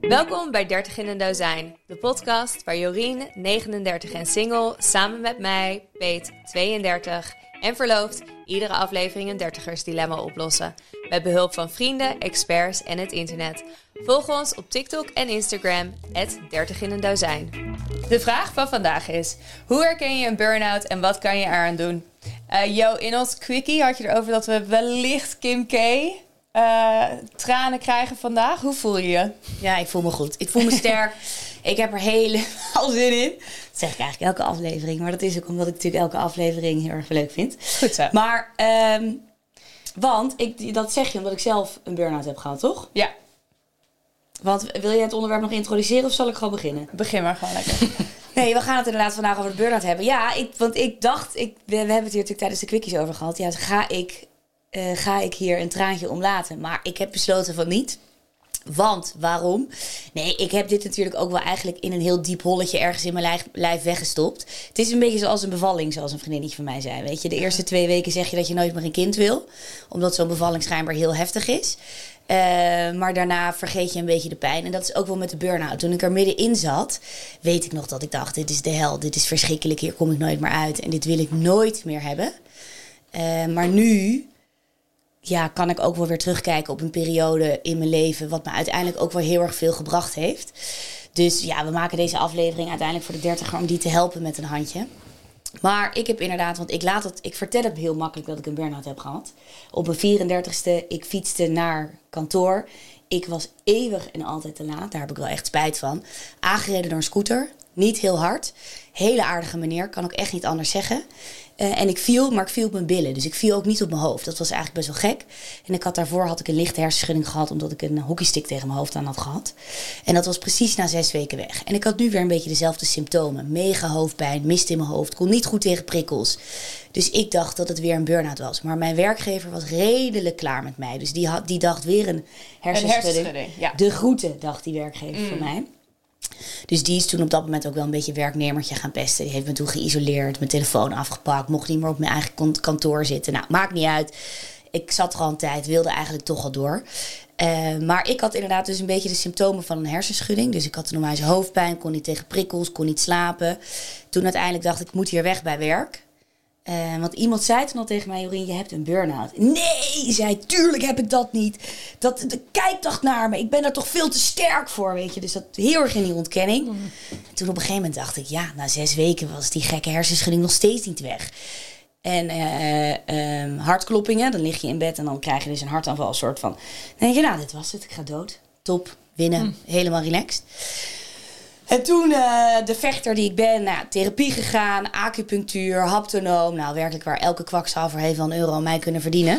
Welkom bij 30 in een dozijn, de podcast waar Jorien, 39 en single, samen met mij, Peet, 32 en verloofd, iedere aflevering een dertigersdilemma oplossen. Met behulp van vrienden, experts en het internet. Volg ons op TikTok en Instagram, @30 in een dozijn. De vraag van vandaag is, hoe herken je een burn-out en wat kan je eraan doen? In ons quickie had je erover dat we wellicht Kim K. tranen krijgen vandaag. Hoe voel je je? Ja, ik voel me goed. Ik voel me sterk. Ik heb er helemaal zin in. Dat zeg ik eigenlijk elke aflevering. Maar dat is ook omdat ik natuurlijk elke aflevering heel erg leuk vind. Goed zo. Maar, dat zeg je omdat ik zelf een burn-out heb gehad, toch? Ja. Want wil jij het onderwerp nog introduceren of zal ik gewoon beginnen? Begin maar gewoon lekker. Nee, we gaan het inderdaad vandaag over de burn-out hebben. Ja, want ik dacht, we hebben het hier natuurlijk tijdens de quickies over gehad. Ja, ga ik hier een traantje om laten? Maar ik heb besloten van niet. Want, waarom? Nee, ik heb dit natuurlijk ook wel eigenlijk in een heel diep holletje ergens in mijn lijf weggestopt. Het is een beetje zoals een bevalling, zoals een vriendinnetje van mij zei. Weet je, de eerste 2 weken zeg je dat je nooit meer een kind wil. Omdat zo'n bevalling schijnbaar heel heftig is. Maar daarna vergeet je een beetje de pijn. En dat is ook wel met de burn-out. Toen ik er middenin zat, weet ik nog dat ik dacht, dit is de hel, dit is verschrikkelijk, hier kom ik nooit meer uit. En dit wil ik nooit meer hebben. Maar nu kan ik ook wel weer terugkijken op een periode in mijn leven wat me uiteindelijk ook wel heel erg veel gebracht heeft. Dus ja, we maken deze aflevering uiteindelijk voor de 30er om die te helpen met een handje. Maar ik heb inderdaad, want ik vertel het heel makkelijk dat ik een burn-out heb gehad. Op mijn 34ste, ik fietste naar kantoor. Ik was eeuwig en altijd te laat, daar heb ik wel echt spijt van. Aangereden door een scooter, niet heel hard. Hele aardige meneer, kan ook echt niet anders zeggen. En ik viel op mijn billen. Dus ik viel ook niet op mijn hoofd. Dat was eigenlijk best wel gek. En daarvoor had ik een lichte hersenschudding gehad, omdat ik een hockeystick tegen mijn hoofd aan had gehad. En dat was precies na 6 weken weg. En ik had nu weer een beetje dezelfde symptomen. Mega hoofdpijn, mist in mijn hoofd, kon niet goed tegen prikkels. Dus ik dacht dat het weer een burn-out was. Maar mijn werkgever was redelijk klaar met mij. Dus die dacht weer een hersenschudding. Ja. De groeten, dacht die werkgever van mij. Dus die is toen op dat moment ook wel een beetje werknemertje gaan pesten. Die heeft me toen geïsoleerd, mijn telefoon afgepakt. Mocht niet meer op mijn eigen kantoor zitten. Nou, maakt niet uit. Ik zat er al een tijd, wilde eigenlijk toch al door. Maar ik had inderdaad dus een beetje de symptomen van een hersenschudding. Dus ik had een onwijs hoofdpijn, kon niet tegen prikkels, kon niet slapen. Toen uiteindelijk dacht ik moet hier weg bij werk. Want iemand zei toen al tegen mij, Jorien, je hebt een burn-out. Nee, zei tuurlijk heb ik dat niet. Kijk toch naar me, ik ben er toch veel te sterk voor, weet je. Dus dat heel erg in die ontkenning. En toen op een gegeven moment dacht ik, ja, na 6 weken was die gekke hersenschudding nog steeds niet weg. En hartkloppingen, dan lig je in bed en dan krijg je dus een hartaanval, een soort van. Dan denk je, nou, dit was het, ik ga dood. Top, winnen, helemaal relaxed. En toen de vechter die ik ben, therapie gegaan, acupunctuur, haptonoom. Nou, werkelijk waar elke kwakzalver heeft wel €1 aan mij kunnen verdienen.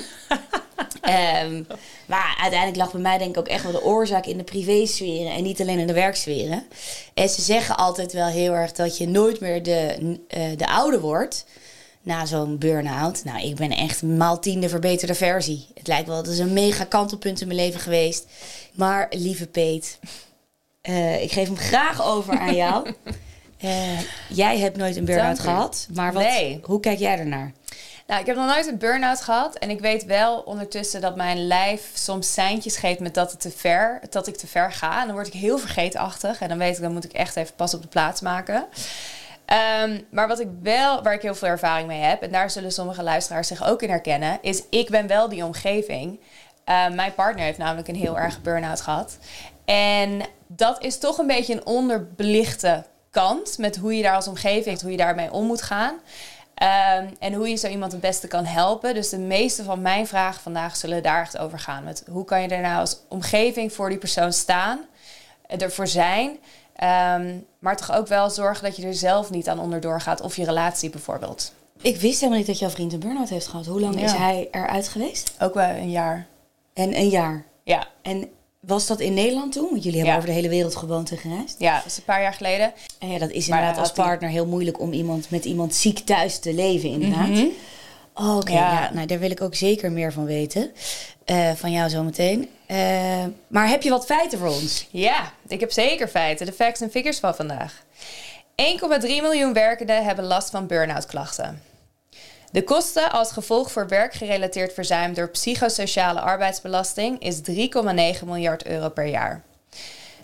Maar uiteindelijk lag bij mij denk ik ook echt wel de oorzaak in de privésferen en niet alleen in de werksferen. En ze zeggen altijd wel heel erg dat je nooit meer de oude wordt na zo'n burn-out. Nou, ik ben echt maal 10 de verbeterde versie. Het lijkt wel, dat is een mega kantelpunt in mijn leven geweest. Maar lieve Peet, ik geef hem graag over aan jou. Jij hebt nooit een burn-out gehad. Maar hoe kijk jij ernaar? Nou, ik heb nog nooit een burn-out gehad. En ik weet wel ondertussen dat mijn lijf soms seintjes geeft met dat ik te ver ga. En dan word ik heel vergeetachtig. En dan weet ik, dan moet ik echt even pas op de plaats maken. Maar waar ik heel veel ervaring mee heb, en daar zullen sommige luisteraars zich ook in herkennen, is ik ben wel die omgeving. Mijn partner heeft namelijk een heel erg burn-out gehad. En dat is toch een beetje een onderbelichte kant met hoe je daar als omgeving, hoe je daarmee om moet gaan. En hoe je zo iemand het beste kan helpen. Dus de meeste van mijn vragen vandaag zullen daar echt over gaan. Met hoe kan je er nou als omgeving voor die persoon staan, ervoor zijn. Maar toch ook wel zorgen dat je er zelf niet aan onderdoor gaat. Of je relatie bijvoorbeeld. Ik wist helemaal niet dat jouw vriend een burn-out heeft gehad. Hoe lang is hij eruit geweest? Ook wel 1 jaar. En 1 jaar? Ja. En was dat in Nederland toen? Want jullie hebben over de hele wereld gewoond en gereisd. Ja, dat is een paar jaar geleden. En ja, dat is inderdaad als partner heel moeilijk om met iemand ziek thuis te leven, inderdaad. Mm-hmm. Oké, nou, daar wil ik ook zeker meer van weten. Van jou zometeen. Maar heb je wat feiten voor ons? Ja, ik heb zeker feiten. De facts en figures van vandaag. 1,3 miljoen werkenden hebben last van burn-out klachten. De kosten als gevolg voor werkgerelateerd verzuim door psychosociale arbeidsbelasting is €3,9 miljard per jaar.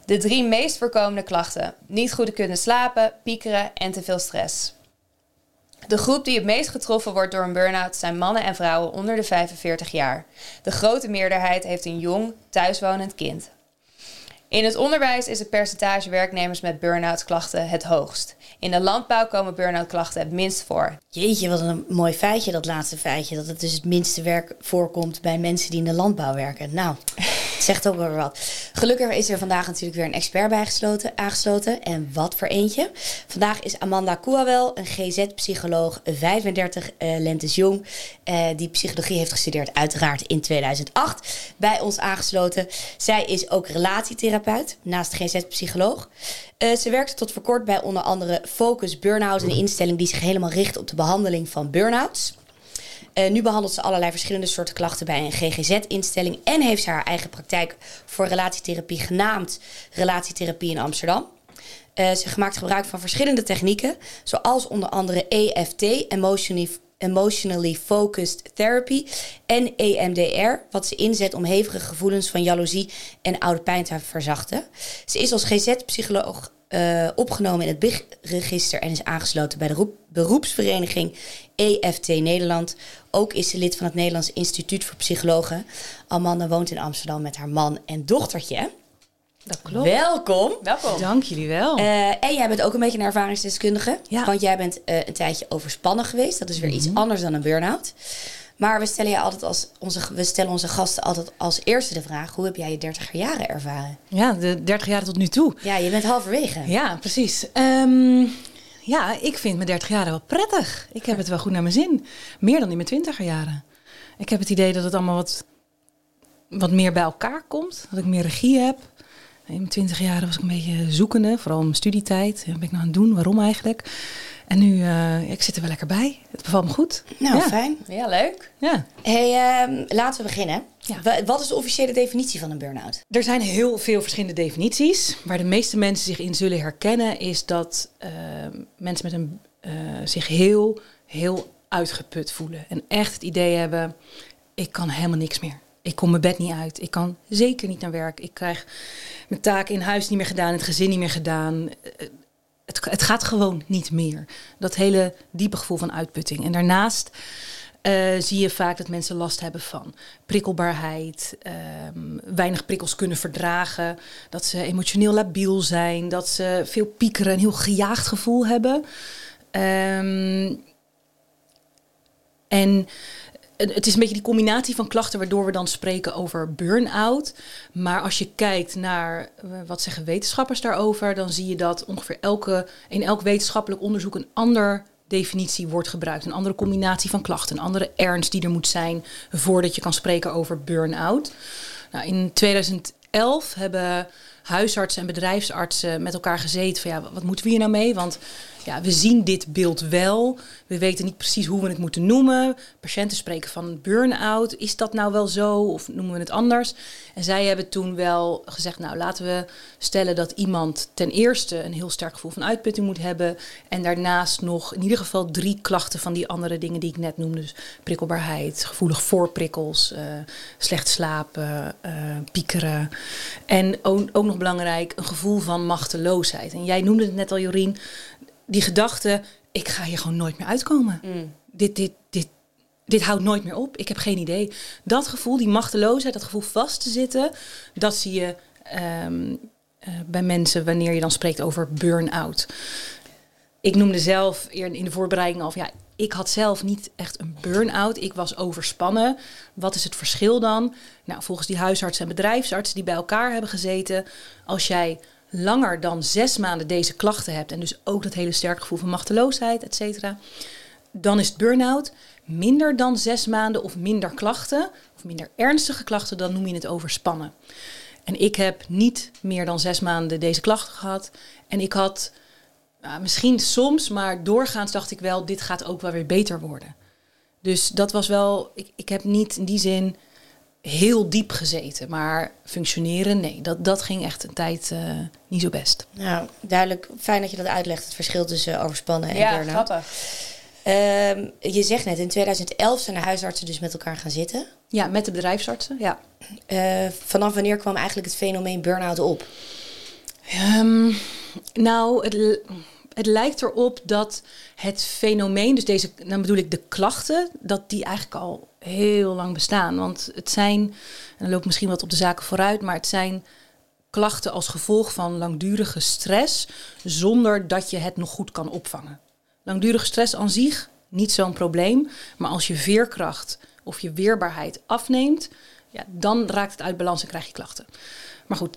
De 3 meest voorkomende klachten. Niet goed kunnen slapen, piekeren en te veel stress. De groep die het meest getroffen wordt door een burn-out zijn mannen en vrouwen onder de 45 jaar. De grote meerderheid heeft een jong, thuiswonend kind. In het onderwijs is het percentage werknemers met burn-out klachten het hoogst. In de landbouw komen burn-out klachten het minst voor. Jeetje, wat een mooi feitje, dat laatste feitje. Dat het dus het minste werk voorkomt bij mensen die in de landbouw werken. Nou, het zegt ook wel wat. Gelukkig is er vandaag natuurlijk weer een expert aangesloten. En wat voor eentje. Vandaag is Amanda Kouawel, een GZ-psycholoog, 35 lentes jong. Die psychologie heeft gestudeerd uiteraard in 2008. Bij ons aangesloten. Zij is ook relatietherapeut, naast GZ-psycholoog. Ze werkte tot voor kort bij onder andere Focus Burnout, een instelling die zich helemaal richt op de behandeling van burn-outs. Nu behandelt ze allerlei verschillende soorten klachten bij een GGZ-instelling en heeft ze haar eigen praktijk voor relatietherapie genaamd Relatietherapie in Amsterdam. Ze maakt gebruik van verschillende technieken, zoals onder andere EFT, Emotionally Focused Therapy, en EMDR, wat ze inzet om hevige gevoelens van jaloezie en oude pijn te verzachten. Ze is als GZ-psycholoog opgenomen in het BIG-register en is aangesloten bij de beroepsvereniging EFT Nederland. Ook is ze lid van het Nederlands Instituut voor Psychologen. Amanda woont in Amsterdam met haar man en dochtertje. Dat klopt. Welkom. Dank jullie wel. En jij bent ook een beetje een ervaringsdeskundige. Ja. Want jij bent een tijdje overspannen geweest. Dat is weer iets anders dan een burn-out. Maar we stellen onze gasten altijd als eerste de vraag: hoe heb jij je 30 jaren ervaren? Ja, de 30 jaar tot nu toe. Ja, je bent halverwege. Ja, precies. Ja, ik vind mijn 30 jaren wel prettig. Ik heb het wel goed naar mijn zin. Meer dan in mijn 20er jaren. Ik heb het idee dat het allemaal wat meer bij elkaar komt. Dat ik meer regie heb. In mijn 20 jaren was ik een beetje zoekende. Vooral in mijn studietijd. Wat ben ik nou aan het doen? Waarom eigenlijk? En nu, ik zit er wel lekker bij. Het bevalt me goed. Nou, ja. fijn. Ja, leuk. Ja. Hey, laten we beginnen. Ja. Wat is de officiële definitie van een burn-out? Er zijn heel veel verschillende definities. Waar de meeste mensen zich in zullen herkennen is dat mensen met zich heel uitgeput voelen. En echt het idee hebben, ik kan helemaal niks meer. Ik kom mijn bed niet uit. Ik kan zeker niet naar werk. Ik krijg mijn taken in huis niet meer gedaan, het gezin niet meer gedaan. Het gaat gewoon niet meer. Dat hele diepe gevoel van uitputting. En daarnaast zie je vaak dat mensen last hebben van prikkelbaarheid, weinig prikkels kunnen verdragen, dat ze emotioneel labiel zijn, dat ze veel piekeren, een heel gejaagd gevoel hebben. En het is een beetje die combinatie van klachten waardoor we dan spreken over burn-out. Maar als je kijkt naar wat zeggen wetenschappers daarover, dan zie je dat ongeveer in elk wetenschappelijk onderzoek een ander definitie wordt gebruikt. Een andere combinatie van klachten, een andere ernst die er moet zijn voordat je kan spreken over burn-out. Nou, in 2011 hebben huisartsen en bedrijfsartsen met elkaar gezeten van ja, wat moeten we hier nou mee? Want ja, we zien dit beeld wel. We weten niet precies hoe we het moeten noemen. Patiënten spreken van burn-out. Is dat nou wel zo of noemen we het anders? En zij hebben toen wel gezegd, nou laten we stellen dat iemand ten eerste een heel sterk gevoel van uitputting moet hebben. En daarnaast nog in ieder geval 3 klachten van die andere dingen die ik net noemde. Dus prikkelbaarheid, gevoelig voor prikkels, slecht slapen, piekeren. En ook nog belangrijk, een gevoel van machteloosheid. En jij noemde het net al, Jorien. Die gedachte, ik ga hier gewoon nooit meer uitkomen. Dit houdt nooit meer op. Ik heb geen idee. Dat gevoel, die machteloosheid, dat gevoel vast te zitten, dat zie je bij mensen wanneer je dan spreekt over burn-out. Ik noemde zelf in de voorbereiding al, ja, ik had zelf niet echt een burn-out. Ik was overspannen. Wat is het verschil dan? Nou, volgens die huisartsen en bedrijfsartsen die bij elkaar hebben gezeten, als jij langer dan 6 maanden deze klachten hebt en dus ook dat hele sterke gevoel van machteloosheid, et cetera, dan is het burn-out. Minder dan 6 maanden of minder klachten, of minder ernstige klachten, dan noem je het overspannen. En ik heb niet meer dan 6 maanden deze klachten gehad. En ik had, misschien soms, maar doorgaans dacht ik wel, dit gaat ook wel weer beter worden. Dus dat was wel, ik heb niet in die zin heel diep gezeten, maar functioneren, nee, dat ging echt een tijd niet zo best. Nou, duidelijk. Fijn dat je dat uitlegt, het verschil tussen overspannen en burn-out. Ja, grappig. Je zegt net, in 2011 zijn de huisartsen dus met elkaar gaan zitten. Ja, met de bedrijfsartsen, ja. Vanaf wanneer kwam eigenlijk het fenomeen burn-out op? Nou, het lijkt erop dat het fenomeen, dus dan bedoel ik de klachten, dat die eigenlijk al heel lang bestaan. Want het zijn, en dan loop ik misschien wat op de zaken vooruit, maar het zijn klachten als gevolg van langdurige stress, zonder dat je het nog goed kan opvangen. Langdurige stress aan zich, niet zo'n probleem. Maar als je veerkracht of je weerbaarheid afneemt, ja, dan raakt het uit balans en krijg je klachten. Maar goed,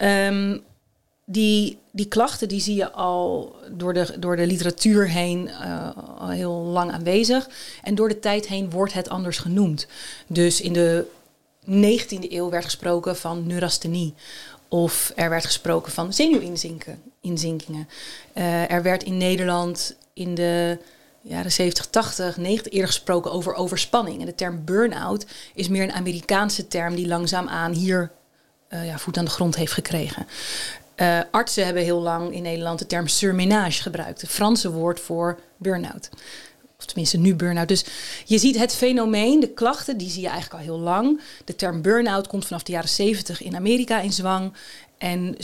die klachten die zie je al door de literatuur heen al heel lang aanwezig. En door de tijd heen wordt het anders genoemd. Dus in de 19e eeuw werd gesproken van neurasthenie. Of er werd gesproken van zenuwinzinkingen. Er werd in Nederland in de jaren 70, 80, 90 eerder gesproken over overspanning. En de term burn-out is meer een Amerikaanse term die langzaamaan hier voet aan de grond heeft gekregen. Artsen hebben heel lang in Nederland de term surmenage gebruikt. Het Franse woord voor burn-out. Of tenminste nu burn-out. Dus je ziet het fenomeen, de klachten, die zie je eigenlijk al heel lang. De term burn-out komt vanaf de jaren 70 in Amerika in zwang. En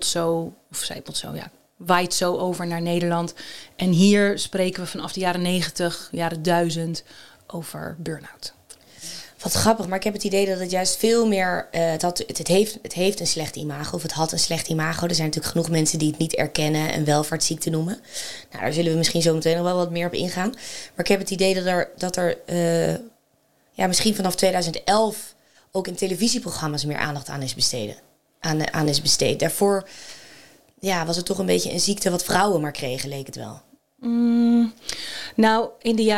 waait zo over naar Nederland. En hier spreken we vanaf de jaren 90, jaren 1000 over burn-out. Wat grappig, maar ik heb het idee dat het juist veel meer... Het heeft een slecht imago, of het had een slecht imago. Er zijn natuurlijk genoeg mensen die het niet erkennen en welvaartsziekte noemen. Nou, daar zullen we misschien zo meteen nog wel wat meer op ingaan. Maar ik heb het idee dat er misschien vanaf 2011 ook in televisieprogramma's meer aandacht aan is besteed. Daarvoor was het toch een beetje een ziekte wat vrouwen maar kregen, leek het wel. Nou, in de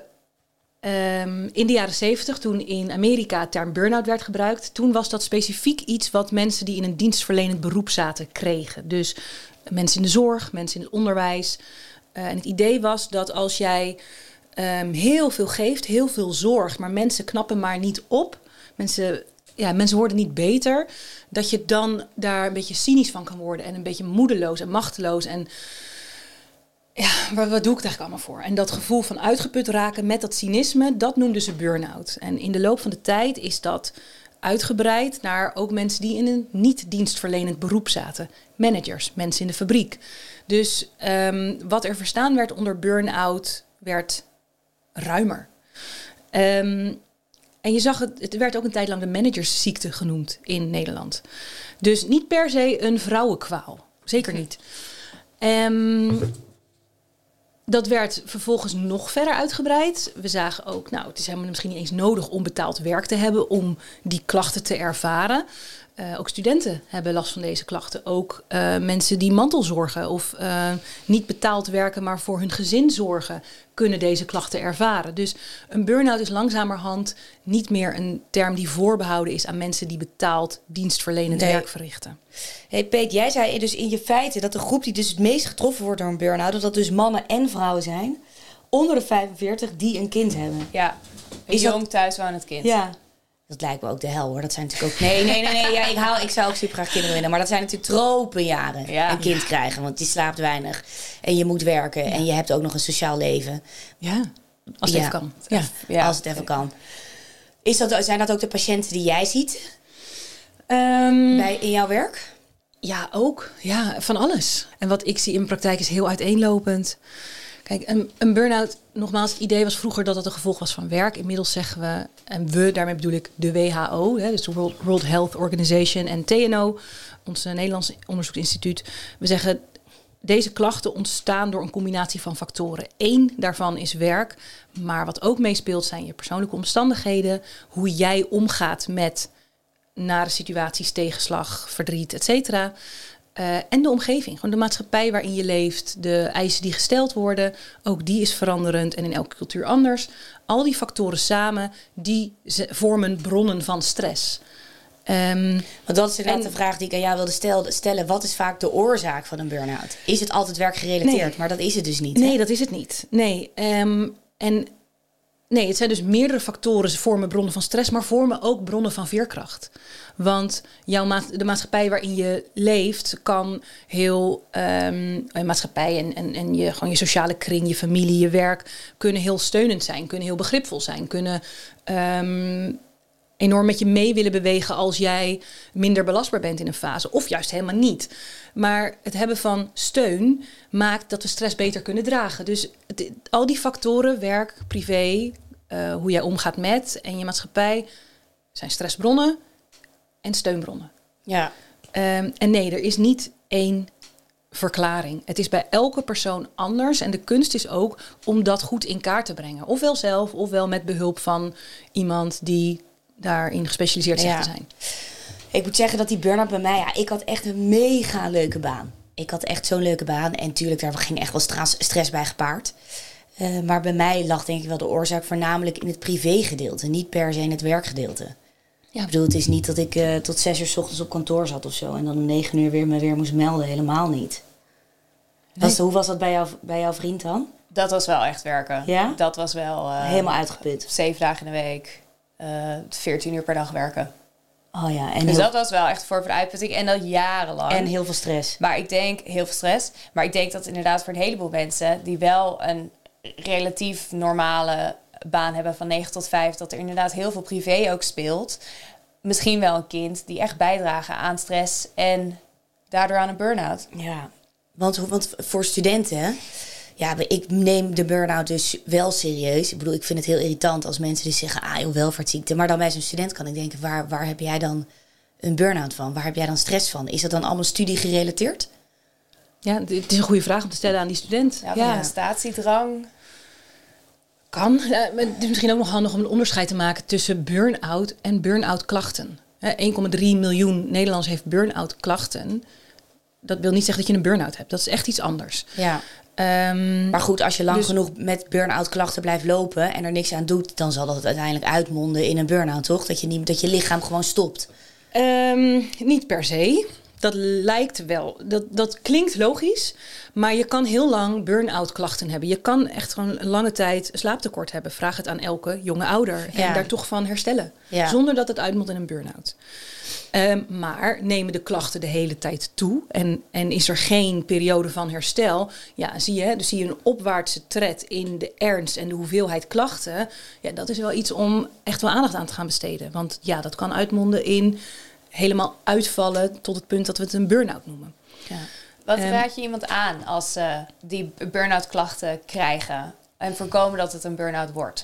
jaren 70, toen in Amerika het term burn-out werd gebruikt, toen was dat specifiek iets wat mensen die in een dienstverlenend beroep zaten kregen. Dus mensen in de zorg, mensen in het onderwijs. En het idee was dat als jij heel veel geeft, heel veel zorgt, maar mensen knappen maar niet op, mensen worden niet beter, dat je dan daar een beetje cynisch van kan worden en een beetje moedeloos en machteloos en ja, wat doe ik het eigenlijk allemaal voor? En dat gevoel van uitgeput raken met dat cynisme, dat noemden ze burn-out. En in de loop van de tijd is dat uitgebreid naar ook mensen die in een niet-dienstverlenend beroep zaten. Managers, mensen in de fabriek. Dus wat er verstaan werd onder burn-out werd ruimer. En je zag het werd ook een tijd lang de managersziekte genoemd in Nederland. Dus niet per se een vrouwenkwaal. Zeker niet. Dat werd vervolgens nog verder uitgebreid. We zagen ook, het is helemaal misschien niet eens nodig om betaald werk te hebben om die klachten te ervaren. Ook studenten hebben last van deze klachten. Ook mensen die mantelzorgen of niet betaald werken, maar voor hun gezin zorgen, kunnen deze klachten ervaren. Dus een burn-out is langzamerhand niet meer een term die voorbehouden is aan mensen die betaald dienstverlenend werk verrichten. Hey Peet, jij zei dus in je feiten dat de groep die dus het meest getroffen wordt door een burn-out, dat dus mannen en vrouwen zijn, onder de 45 die een kind hebben. Ja, een jong thuiswonend kind. Ja. Dat lijkt me ook de hel hoor. Dat zijn natuurlijk ook... Nee. Ja, ik zou ook super graag kinderen willen. Maar dat zijn natuurlijk tropenjaren. Een kind krijgen. Want je slaapt weinig. En je moet werken. Ja. En je hebt ook nog een sociaal leven. Ja, als het even kan. Ja, als het even kan. Zijn dat ook de patiënten die jij ziet? In jouw werk? Ja, ook. Ja, van alles. En wat ik zie in mijn praktijk is heel uiteenlopend. Kijk, een burn-out, nogmaals, het idee was vroeger dat het een gevolg was van werk. Inmiddels zeggen we, en daarmee bedoel ik de WHO, dus de World Health Organization en TNO, ons Nederlands onderzoeksinstituut. We zeggen, deze klachten ontstaan door een combinatie van factoren. 1 daarvan is werk, maar wat ook meespeelt zijn je persoonlijke omstandigheden, hoe jij omgaat met nare situaties, tegenslag, verdriet, et cetera. En de omgeving, gewoon de maatschappij waarin je leeft, de eisen die gesteld worden, ook die is veranderend en in elke cultuur anders. Al die factoren samen, die vormen bronnen van stress. Want dat is inderdaad de vraag die ik aan jou wilde stellen. Wat is vaak de oorzaak van een burn-out? Is het altijd werkgerelateerd? Nee. Maar dat is het dus niet. Nee, dat is het niet. Nee. Nee, het zijn dus meerdere factoren. Ze vormen bronnen van stress, maar vormen ook bronnen van veerkracht. Want de maatschappij waarin je leeft kan heel... maatschappij en gewoon je sociale kring, je familie, je werk kunnen heel steunend zijn. Kunnen heel begripvol zijn. Kunnen enorm met je mee willen bewegen als jij minder belastbaar bent in een fase. Of juist helemaal niet. Maar het hebben van steun maakt dat we stress beter kunnen dragen. Dus al die factoren, werk, privé, hoe jij omgaat met en je maatschappij, zijn stressbronnen en steunbronnen. Ja. En nee, er is niet één verklaring. Het is bij elke persoon anders. En de kunst is ook om dat goed in kaart te brengen. Ofwel zelf, ofwel met behulp van iemand die daarin gespecialiseerd zegt te zijn. Ik moet zeggen dat die burn-out bij mij... Ja, ik had echt een mega leuke baan. Ik had echt zo'n leuke baan. En natuurlijk, daar ging echt wel stress bij gepaard. Maar bij mij lag denk ik wel de oorzaak voornamelijk in het privégedeelte. Niet per se in het werkgedeelte. Ja. Ik bedoel, het is niet dat ik tot 6 uur 's ochtends op kantoor zat of zo. En dan om 9 uur me weer moest melden. Helemaal niet. Nee. Hoe was dat bij jouw vriend dan? Dat was wel echt werken. Ja? Dat was wel... helemaal uitgeput. 7 dagen in de week. 14 uur per dag werken. Oh ja. En dus dat was wel echt voor uitputting. En dat jarenlang. En heel veel stress. Maar ik denk, heel veel stress. Maar ik denk dat inderdaad voor een heleboel mensen die wel een relatief normale baan hebben van 9 tot 5... dat er inderdaad heel veel privé ook speelt. Misschien wel een kind die echt bijdragen aan stress en daardoor aan een burn-out. Ja, want voor studenten... Ja, ik neem de burn-out dus wel serieus. Ik bedoel, ik vind het heel irritant als mensen dus zeggen... joh, welvaartsziekte. Maar dan bij zo'n student kan ik denken... waar heb jij dan een burn-out van? Waar heb jij dan stress van? Is dat dan allemaal studie gerelateerd? Ja, het is een goede vraag om te stellen aan die student. Ja, prestatiedrang. Kan. Het is misschien ook nog handig om een onderscheid te maken tussen burn-out en burn-out klachten. 1,3 miljoen Nederlanders heeft burn-out klachten. Dat wil niet zeggen dat je een burn-out hebt. Dat is echt iets anders. Ja. Maar goed, als je lang genoeg met burn-out klachten blijft lopen en er niks aan doet, dan zal dat uiteindelijk uitmonden in een burn-out, toch? Dat je lichaam gewoon stopt. Niet per se. Dat lijkt wel. Dat klinkt logisch. Maar je kan heel lang burn-out klachten hebben. Je kan echt gewoon een lange tijd slaaptekort hebben. Vraag het aan elke jonge ouder. Ja. En daar toch van herstellen. Ja. Zonder dat het uitmondt in een burn-out. Maar nemen de klachten de hele tijd toe en is er geen periode van herstel, ja, zie je een opwaartse tred in de ernst en de hoeveelheid klachten. Ja, dat is wel iets om echt wel aandacht aan te gaan besteden. Want ja, dat kan uitmonden in helemaal uitvallen tot het punt dat we het een burn-out noemen. Ja. Wat raad je iemand aan als ze die burn-out klachten krijgen en voorkomen dat het een burn-out wordt?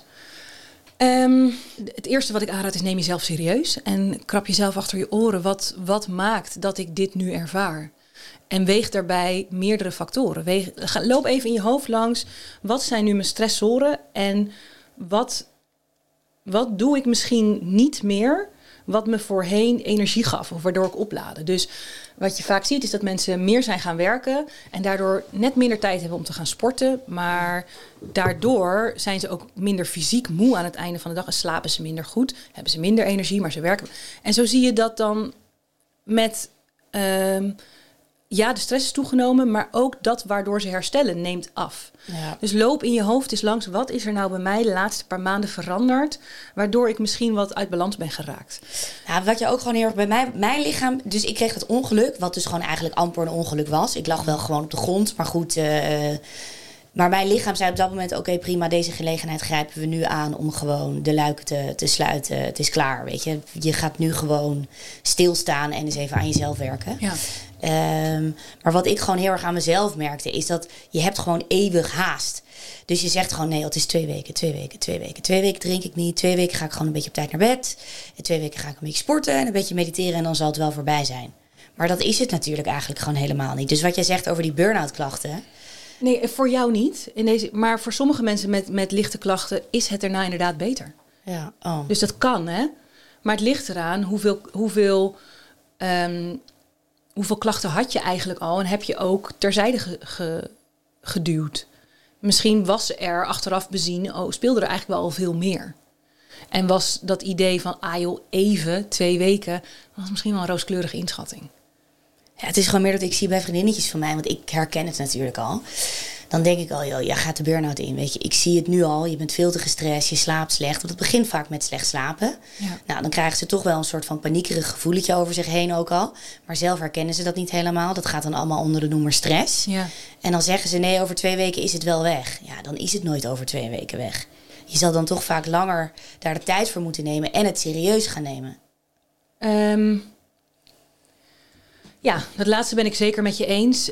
Het eerste wat ik aanraad is neem jezelf serieus en krap jezelf achter je oren. Wat maakt dat ik dit nu ervaar? En weeg daarbij meerdere factoren. Loop even in je hoofd langs. Wat zijn nu mijn stressoren? En wat doe ik misschien niet meer wat me voorheen energie gaf of waardoor ik oplaadde? Dus wat je vaak ziet is dat mensen meer zijn gaan werken en daardoor net minder tijd hebben om te gaan sporten. Maar daardoor zijn ze ook minder fysiek moe aan het einde van de dag en slapen ze minder goed. Hebben ze minder energie, maar ze werken. En zo zie je dat dan met... de stress is toegenomen, maar ook dat waardoor ze herstellen neemt af. Ja. Dus loop in je hoofd eens langs. Wat is er nou bij mij de laatste paar maanden veranderd, waardoor ik misschien wat uit balans ben geraakt? Nou, wat je ook gewoon heel erg bij mijn lichaam... Dus ik kreeg het ongeluk, wat dus gewoon eigenlijk amper een ongeluk was. Ik lag wel gewoon op de grond, maar goed... Maar mijn lichaam zei op dat moment... Oké, prima, deze gelegenheid grijpen we nu aan... om gewoon de luiken te sluiten. Het is klaar, weet je. Je gaat nu gewoon stilstaan en eens even aan jezelf werken. Ja. Maar wat ik gewoon heel erg aan mezelf merkte... is dat je hebt gewoon eeuwig haast. Dus je zegt gewoon, nee, het is 2 weken. 2 weken drink ik niet. 2 weken ga ik gewoon een beetje op tijd naar bed. En 2 weken ga ik een beetje sporten en een beetje mediteren... en dan zal het wel voorbij zijn. Maar dat is het natuurlijk eigenlijk gewoon helemaal niet. Dus wat jij zegt over die burn-out klachten... Nee, voor jou niet. Maar voor sommige mensen met lichte klachten is het daarna inderdaad beter. Ja. Oh. Dus dat kan, hè? Maar het ligt eraan hoeveel klachten had je eigenlijk al... en heb je ook terzijde geduwd. Misschien was er achteraf bezien... speelde er eigenlijk wel al veel meer. En was dat idee van, even 2 weken... was misschien wel een rooskleurige inschatting. Ja, het is gewoon meer dat ik zie bij vriendinnetjes van mij... want ik herken het natuurlijk al. Dan denk ik al, jij gaat de burn-out in, weet je. Ik zie het nu al, je bent veel te gestrest, je slaapt slecht. Want het begint vaak met slecht slapen. Ja. Nou, dan krijgen ze toch wel een soort van paniekerig gevoeletje over zich heen ook al. Maar zelf herkennen ze dat niet helemaal. Dat gaat dan allemaal onder de noemer stress. Ja. En dan zeggen ze, nee, over 2 weken is het wel weg. Ja, dan is het nooit over 2 weken weg. je zal dan toch vaak langer daar de tijd voor moeten nemen en het serieus gaan nemen. Ja, dat laatste ben ik zeker met je eens.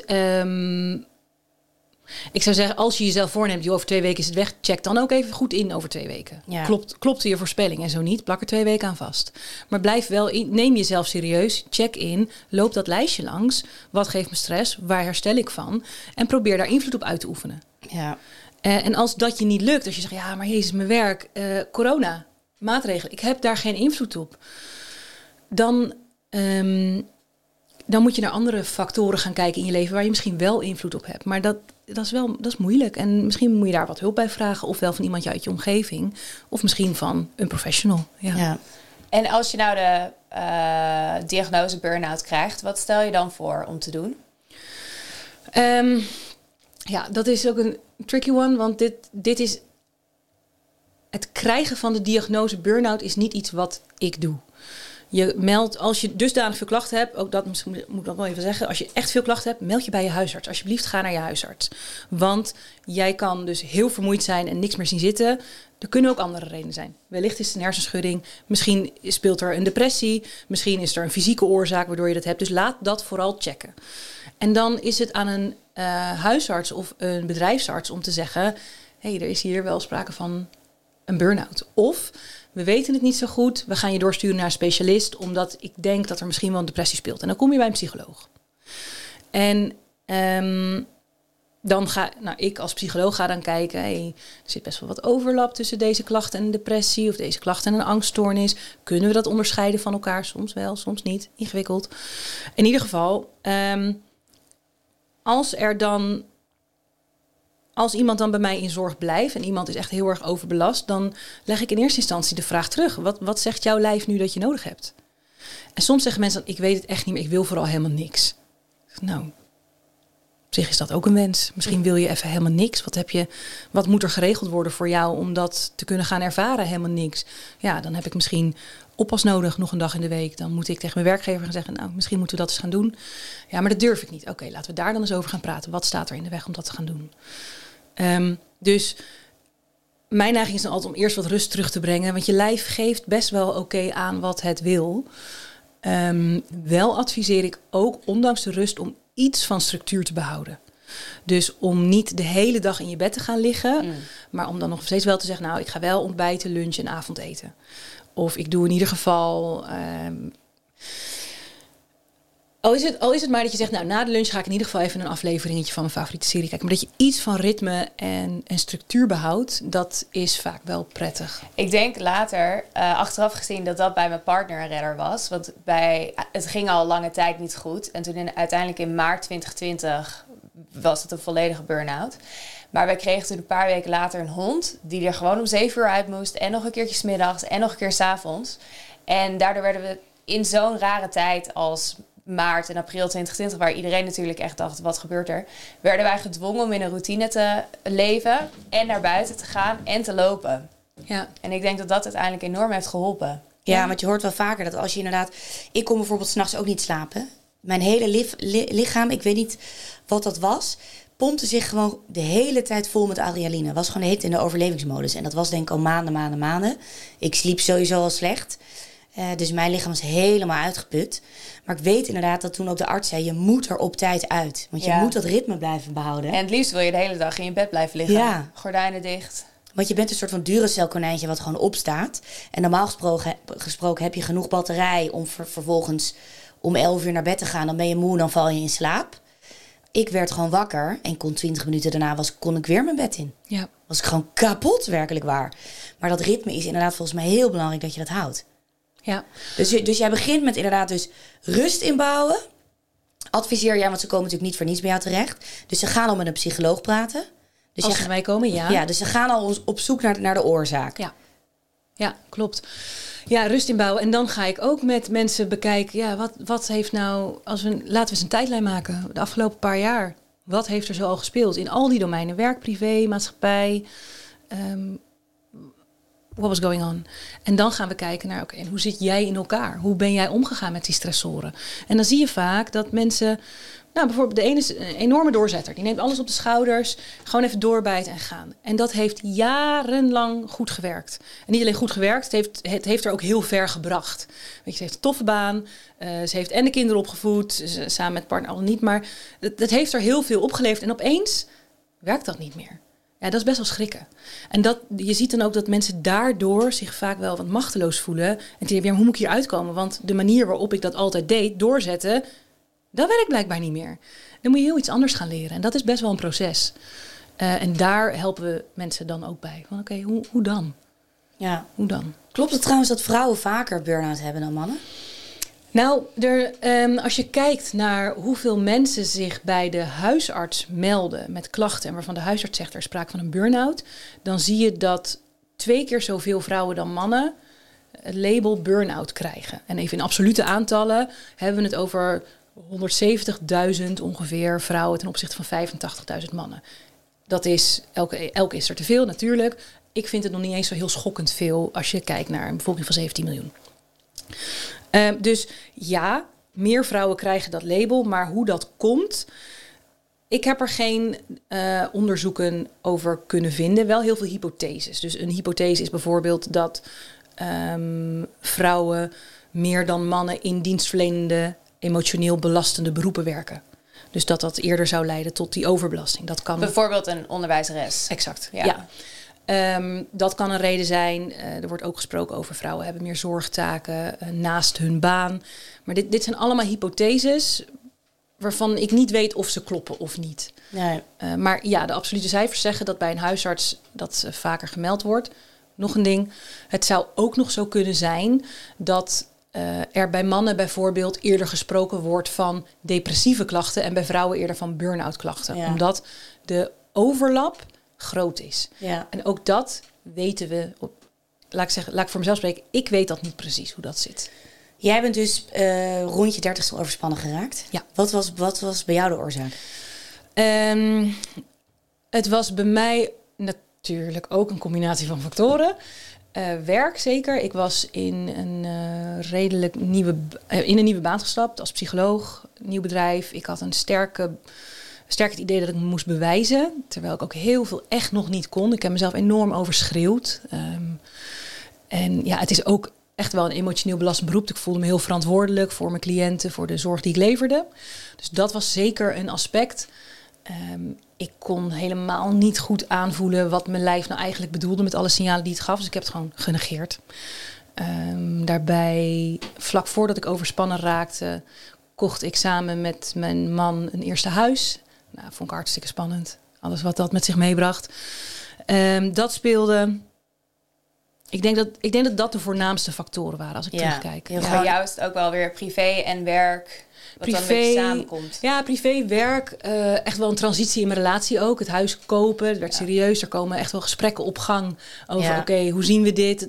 Ik zou zeggen, als je jezelf voorneemt, joh, over 2 weken is het weg, check dan ook even goed in over 2 weken. Ja. Klopte je voorspelling en zo niet, plak er 2 weken aan vast. Maar blijf wel neem jezelf serieus, check in, loop dat lijstje langs. Wat geeft me stress? Waar herstel ik van? En probeer daar invloed op uit te oefenen. Ja. En als dat je niet lukt, als je zegt, ja, maar jezus, mijn werk, corona, maatregelen, ik heb daar geen invloed op. Dan moet je naar andere factoren gaan kijken in je leven waar je misschien wel invloed op hebt. Maar dat is moeilijk. En misschien moet je daar wat hulp bij vragen. Ofwel van iemand uit je omgeving. Of misschien van een professional. Ja. En als je nou de diagnose burn-out krijgt, wat stel je dan voor om te doen? Ja, dat is ook een tricky one. Want dit is... Het krijgen van de diagnose burn-out is niet iets wat ik doe. Je meldt, als je dusdanig veel klachten hebt, ook dat misschien moet ik nog wel even zeggen, als je echt veel klachten hebt, meld je bij je huisarts. Alsjeblieft, ga naar je huisarts. Want jij kan dus heel vermoeid zijn en niks meer zien zitten. Er kunnen ook andere redenen zijn. Wellicht is het een hersenschudding, misschien speelt er een depressie, misschien is er een fysieke oorzaak waardoor je dat hebt. Dus laat dat vooral checken. En dan is het aan een huisarts of een bedrijfsarts om te zeggen, er is hier wel sprake van een burn-out. Of we weten het niet zo goed. We gaan je doorsturen naar een specialist, omdat ik denk dat er misschien wel een depressie speelt. En dan kom je bij een psycholoog. En dan ik als psycholoog ga dan kijken, er zit best wel wat overlap tussen deze klachten en een depressie of deze klachten en een angststoornis. Kunnen we dat onderscheiden van elkaar? Soms wel, soms niet. Ingewikkeld. In ieder geval, als iemand dan bij mij in zorg blijft en iemand is echt heel erg overbelast, dan leg ik in eerste instantie de vraag terug. Wat zegt jouw lijf nu dat je nodig hebt? En soms zeggen mensen dan, ik weet het echt niet meer, ik wil vooral helemaal niks. Nou, op zich is dat ook een wens. Misschien wil je even helemaal niks. Wat moet er geregeld worden voor jou om dat te kunnen gaan ervaren? Helemaal niks. Ja, dan heb ik misschien oppas nodig, nog een dag in de week. Dan moet ik tegen mijn werkgever gaan zeggen, nou, misschien moeten we dat eens gaan doen. Ja, maar dat durf ik niet. Oké, laten we daar dan eens over gaan praten. Wat staat er in de weg om dat te gaan doen? Dus mijn neiging is dan altijd om eerst wat rust terug te brengen. Want je lijf geeft best wel oké aan wat het wil. Wel adviseer ik ook, ondanks de rust, om iets van structuur te behouden. Dus om niet de hele dag in je bed te gaan liggen. Maar om dan nog steeds wel te zeggen, nou, ik ga wel ontbijten, lunchen en avondeten. Of ik doe in ieder geval... Al is het maar dat je zegt, nou, na de lunch ga ik in ieder geval even een afleveringetje van mijn favoriete serie kijken. Maar dat je iets van ritme en structuur behoudt, dat is vaak wel prettig. Ik denk later, achteraf gezien, dat bij mijn partner een redder was. Want het ging al lange tijd niet goed. En toen uiteindelijk in maart 2020 was het een volledige burn-out. Maar wij kregen toen een paar weken later een hond die er gewoon om 7 uur uit moest. En nog een keertje 's middags en nog een keer 's avonds. En daardoor werden we in zo'n rare tijd als maart en april 2020, waar iedereen natuurlijk echt dacht, wat gebeurt er? Werden wij gedwongen om in een routine te leven en naar buiten te gaan en te lopen. Ja. En ik denk dat dat uiteindelijk enorm heeft geholpen. Ja, want je hoort wel vaker dat als je inderdaad... Ik kon bijvoorbeeld 's nachts ook niet slapen. Mijn hele lichaam, ik weet niet wat dat was, pompte zich gewoon de hele tijd vol met adrenaline. Was gewoon heet in de overlevingsmodus. En dat was denk ik al maanden. Ik sliep sowieso al slecht. Dus mijn lichaam was helemaal uitgeput. Maar ik weet inderdaad dat toen ook de arts zei, je moet er op tijd uit. Want je moet dat ritme blijven behouden. En het liefst wil je de hele dag in je bed blijven liggen. Ja. Gordijnen dicht. Want je bent een soort van Duracell konijntje wat gewoon opstaat. En normaal gesproken heb je genoeg batterij om vervolgens om 11 uur naar bed te gaan. Dan ben je moe, dan val je in slaap. Ik werd gewoon wakker en kon 20 minuten daarna kon ik weer mijn bed in. Ja. Was ik gewoon kapot, werkelijk waar. Maar dat ritme is inderdaad volgens mij heel belangrijk dat je dat houdt. Ja. Dus jij begint met inderdaad dus rust inbouwen. Adviseer jij, want ze komen natuurlijk niet voor niets bij jou terecht. Dus ze gaan al met een psycholoog praten. Dus Als ze bij mij komen, ja. Ja, dus ze gaan al op zoek naar de oorzaak. Ja, klopt. Ja, rust inbouwen. En dan ga ik ook met mensen bekijken, ja, wat heeft nou, laten we eens een tijdlijn maken. De afgelopen paar jaar. Wat heeft er zo al gespeeld in al die domeinen? Werk, privé, maatschappij. What was going on? En dan gaan we kijken naar, oké, en hoe zit jij in elkaar? Hoe ben jij omgegaan met die stressoren? En dan zie je vaak dat mensen Nou, bijvoorbeeld de ene is een enorme doorzetter. Die neemt alles op de schouders, gewoon even doorbijten en gaan. En dat heeft jarenlang goed gewerkt. En niet alleen goed gewerkt, het heeft er ook heel ver gebracht. Weet je, ze heeft een toffe baan, ze heeft en de kinderen opgevoed, samen met partner al niet. Maar het heeft er heel veel opgeleverd. En opeens werkt dat niet meer. Ja, dat is best wel schrikken. En je ziet dan ook dat mensen daardoor zich vaak wel wat machteloos voelen. En die denken, hoe moet ik hier uitkomen? Want de manier waarop ik dat altijd deed, doorzetten, dat werkt blijkbaar niet meer. Dan moet je heel iets anders gaan leren. En dat is best wel een proces. En daar helpen we mensen dan ook bij. Van oké, hoe dan? Ja. Hoe dan? Klopt het trouwens dat vrouwen vaker burn-out hebben dan mannen? Nou, als je kijkt naar hoeveel mensen zich bij de huisarts melden met klachten, en waarvan de huisarts zegt er is sprake van een burn-out, dan zie je dat 2 keer zoveel vrouwen dan mannen het label burn-out krijgen. En even in absolute aantallen hebben we het over 170.000 ongeveer vrouwen ten opzichte van 85.000 mannen. Dat is, elke is er te veel natuurlijk. Ik vind het nog niet eens zo heel schokkend veel als je kijkt naar een bevolking van 17 miljoen. Dus ja, meer vrouwen krijgen dat label, maar hoe dat komt, ik heb er geen onderzoeken over kunnen vinden. Wel heel veel hypotheses. Dus een hypothese is bijvoorbeeld dat vrouwen meer dan mannen in dienstverlenende, emotioneel belastende beroepen werken. Dus dat eerder zou leiden tot die overbelasting. Dat kan Bijvoorbeeld een onderwijzeres. Exact, Ja. ja. Dat kan een reden zijn. Er wordt ook gesproken over vrouwen hebben meer zorgtaken naast hun baan. Maar dit zijn allemaal hypotheses waarvan ik niet weet of ze kloppen of niet. Nee. Maar ja, de absolute cijfers zeggen dat bij een huisarts dat vaker gemeld wordt. Nog een ding. Het zou ook nog zo kunnen zijn dat er bij mannen bijvoorbeeld eerder gesproken wordt van depressieve klachten en bij vrouwen eerder van burn-out klachten. Ja. Omdat de overlap groot is. Ja. En ook dat weten we, laat ik voor mezelf spreken, ik weet dat niet precies hoe dat zit. Jij bent dus rond je 30ste overspannen geraakt. Ja. Wat was bij jou de oorzaak? Het was bij mij natuurlijk ook een combinatie van factoren. Werk zeker. Ik was in een redelijk nieuwe baan gestapt als psycholoog, nieuw bedrijf. Ik had een sterk het idee dat ik me moest bewijzen, terwijl ik ook heel veel echt nog niet kon. Ik heb mezelf enorm overschreeuwd. En ja, het is ook echt wel een emotioneel belastend beroep. Ik voelde me heel verantwoordelijk voor mijn cliënten, voor de zorg die ik leverde. Dus dat was zeker een aspect. Ik kon helemaal niet goed aanvoelen wat mijn lijf nou eigenlijk bedoelde met alle signalen die het gaf. Dus ik heb het gewoon genegeerd. Daarbij, vlak voordat ik overspannen raakte, kocht ik samen met mijn man een eerste huis. Nou, vond ik hartstikke spannend. Alles wat dat met zich meebracht. Dat speelde. Ik denk dat de voornaamste factoren waren als ik terugkijk. Ja. Voor jou is het ook wel weer privé en werk. Wat dan een beetje samenkomt. Ja, privé, werk. Echt wel een transitie in mijn relatie ook. Het huis kopen. Het werd serieus. Er komen echt wel gesprekken op gang over oké, hoe zien we dit?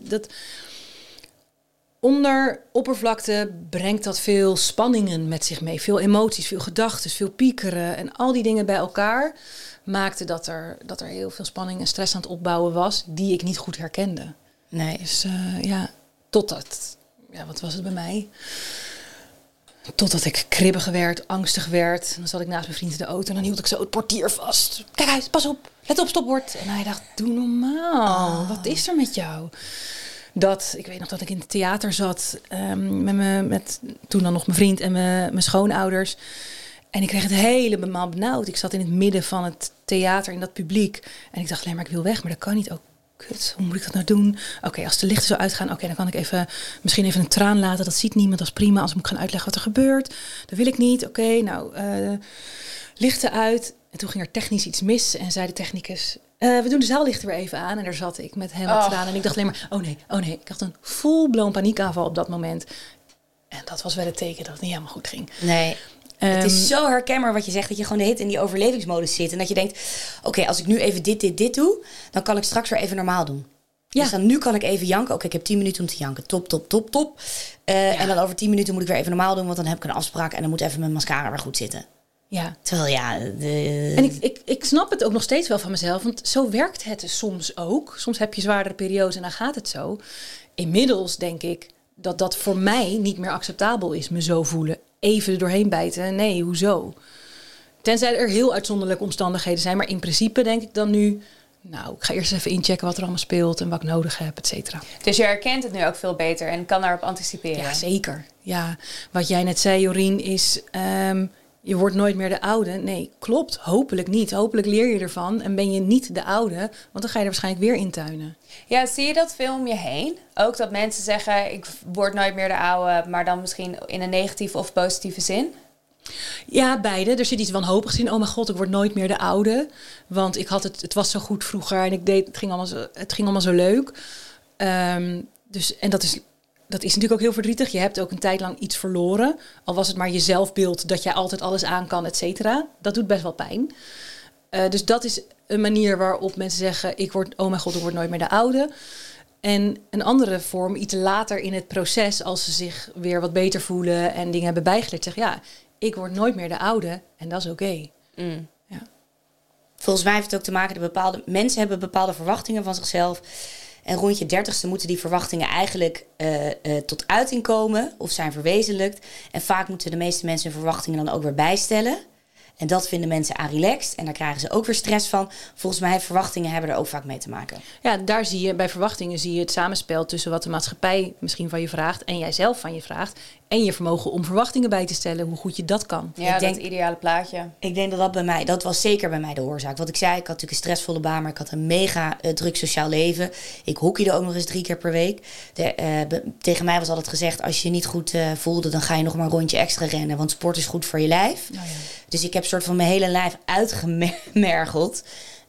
Onder oppervlakte brengt dat veel spanningen met zich mee. Veel emoties, veel gedachten, veel piekeren. En al die dingen bij elkaar maakten dat er heel veel spanning en stress aan het opbouwen was, die ik niet goed herkende. Nee. Dus totdat, wat was het bij mij? Totdat ik kribbig werd, angstig werd. Dan zat ik naast mijn vriend in de auto en dan hield ik zo het portier vast. Kijk uit, pas op, let op, stopbord. En hij dacht, doe normaal. Wat is er met jou? Ik weet nog dat ik in het theater zat met toen dan nog mijn vriend en mijn schoonouders. En ik kreeg het helemaal benauwd. Ik zat in het midden van het theater in dat publiek. En ik dacht alleen maar, ik wil weg, maar dat kan niet. Oh, kut, hoe moet ik dat nou doen? Oké, als de lichten zo uitgaan, dan kan ik misschien even een traan laten. Dat ziet niemand, dat is prima. Als ik moet gaan uitleggen wat er gebeurt, dat wil ik niet. Lichten uit. En toen ging er technisch iets mis en zei de technicus, we doen de zaallichten weer even aan. En daar zat ik met hem met tranen. En ik dacht alleen maar, oh nee. Ik had een full-blown paniekaanval op dat moment. En dat was wel het teken dat het niet helemaal goed ging. Nee. Het is zo herkenbaar wat je zegt, dat je gewoon de hele tijd in die overlevingsmodus zit. En dat je denkt, oké, als ik nu even dit doe, dan kan ik straks weer even normaal doen. Ja. Dus dan nu kan ik even janken. Oké, ik heb 10 minuten om te janken. Top. En dan over 10 minuten moet ik weer even normaal doen, want dan heb ik een afspraak en dan moet even mijn mascara weer goed zitten. Ja. Terwijl En ik snap het ook nog steeds wel van mezelf, want zo werkt het soms ook. Soms heb je zwaardere periodes en dan gaat het zo. Inmiddels denk ik dat voor mij niet meer acceptabel is, me zo voelen. Even er doorheen bijten. Nee, hoezo? Tenzij er heel uitzonderlijke omstandigheden zijn. Maar in principe denk ik dan nu... Nou, ik ga eerst even inchecken wat er allemaal speelt en wat ik nodig heb, et cetera. Dus je herkent het nu ook veel beter en kan daarop anticiperen. Ja, zeker. Ja, wat jij net zei, Jorien, is... je wordt nooit meer de oude. Nee, klopt. Hopelijk niet. Hopelijk leer je ervan en ben je niet de oude. Want dan ga je er waarschijnlijk weer intuinen. Ja, zie je dat veel om je heen? Ook dat mensen zeggen, ik word nooit meer de oude... maar dan misschien in een negatieve of positieve zin? Ja, beide. Er zit iets wanhopigs in. Oh mijn god, ik word nooit meer de oude. Want ik had het was zo goed vroeger en het ging allemaal zo leuk. Dus, en dat is natuurlijk ook heel verdrietig. Je hebt ook een tijd lang iets verloren. Al was het maar je zelfbeeld dat jij altijd alles aan kan, et cetera. Dat doet best wel pijn. Dus dat is een manier waarop mensen zeggen... oh mijn god, ik word nooit meer de oude. En een andere vorm, iets later in het proces... als ze zich weer wat beter voelen en dingen hebben bijgeleerd... zeggen ja, ik word nooit meer de oude en dat is oké. Ja. Volgens mij heeft het ook te maken dat mensen hebben bepaalde verwachtingen van zichzelf. En rond je 30ste moeten die verwachtingen eigenlijk tot uiting komen of zijn verwezenlijkt. En vaak moeten de meeste mensen hun verwachtingen dan ook weer bijstellen. En dat vinden mensen relaxed. En daar krijgen ze ook weer stress van. Volgens mij verwachtingen hebben er ook vaak mee te maken. Ja, bij verwachtingen zie je het samenspel tussen wat de maatschappij misschien van je vraagt en jij zelf van je vraagt. En je vermogen om verwachtingen bij te stellen, hoe goed je dat kan. Ja, ik denk, dat ideale plaatje. Ik denk dat was zeker bij mij de oorzaak. Wat ik zei, ik had natuurlijk een stressvolle baan, maar ik had een mega druk sociaal leven. Ik hockeyde ook nog eens 3 keer per week. Tegen mij was altijd gezegd, als je je niet goed voelde, dan ga je nog maar een rondje extra rennen. Want sport is goed voor je lijf. Oh ja. Dus ik heb soort van mijn hele lijf uitgemergeld.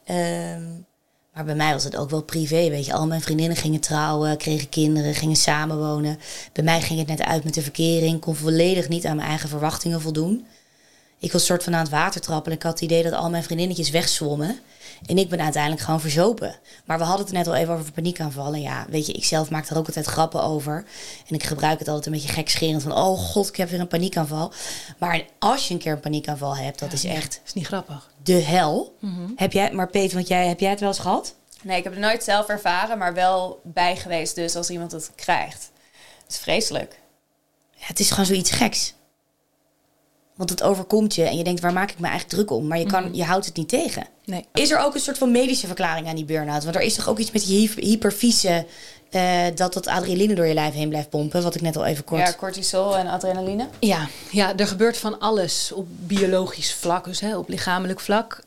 Maar bij mij was het ook wel privé, weet je. Al mijn vriendinnen gingen trouwen, kregen kinderen, gingen samenwonen. Bij mij ging het net uit met de verkering. Kon volledig niet aan mijn eigen verwachtingen voldoen. Ik was soort van aan het water trappen en ik had het idee dat al mijn vriendinnetjes wegzwommen. En ik ben uiteindelijk gewoon verzopen. Maar we hadden het net al even over paniekaanvallen. Ja, weet je, ik zelf maak er ook altijd grappen over. En ik gebruik het altijd een beetje gekscherend van... oh god, ik heb weer een paniekaanval. Maar als je een keer een paniekaanval hebt, dat is echt... is niet grappig. De hel. Mm-hmm. Maar Peter, heb jij het wel eens gehad? Nee, ik heb het nooit zelf ervaren, maar wel bij geweest dus als iemand het krijgt. Het is vreselijk. Ja, het is gewoon zoiets geks. Want het overkomt je en je denkt, waar maak ik me eigenlijk druk om? Maar je houdt het niet tegen. Nee. Is er ook een soort van medische verklaring aan die burn-out? Want er is toch ook iets met die hyperfyse... dat adrenaline door je lijf heen blijft pompen, wat ik net al even kort... Ja, cortisol en adrenaline. Ja, er gebeurt van alles op biologisch vlak, dus op lichamelijk vlak.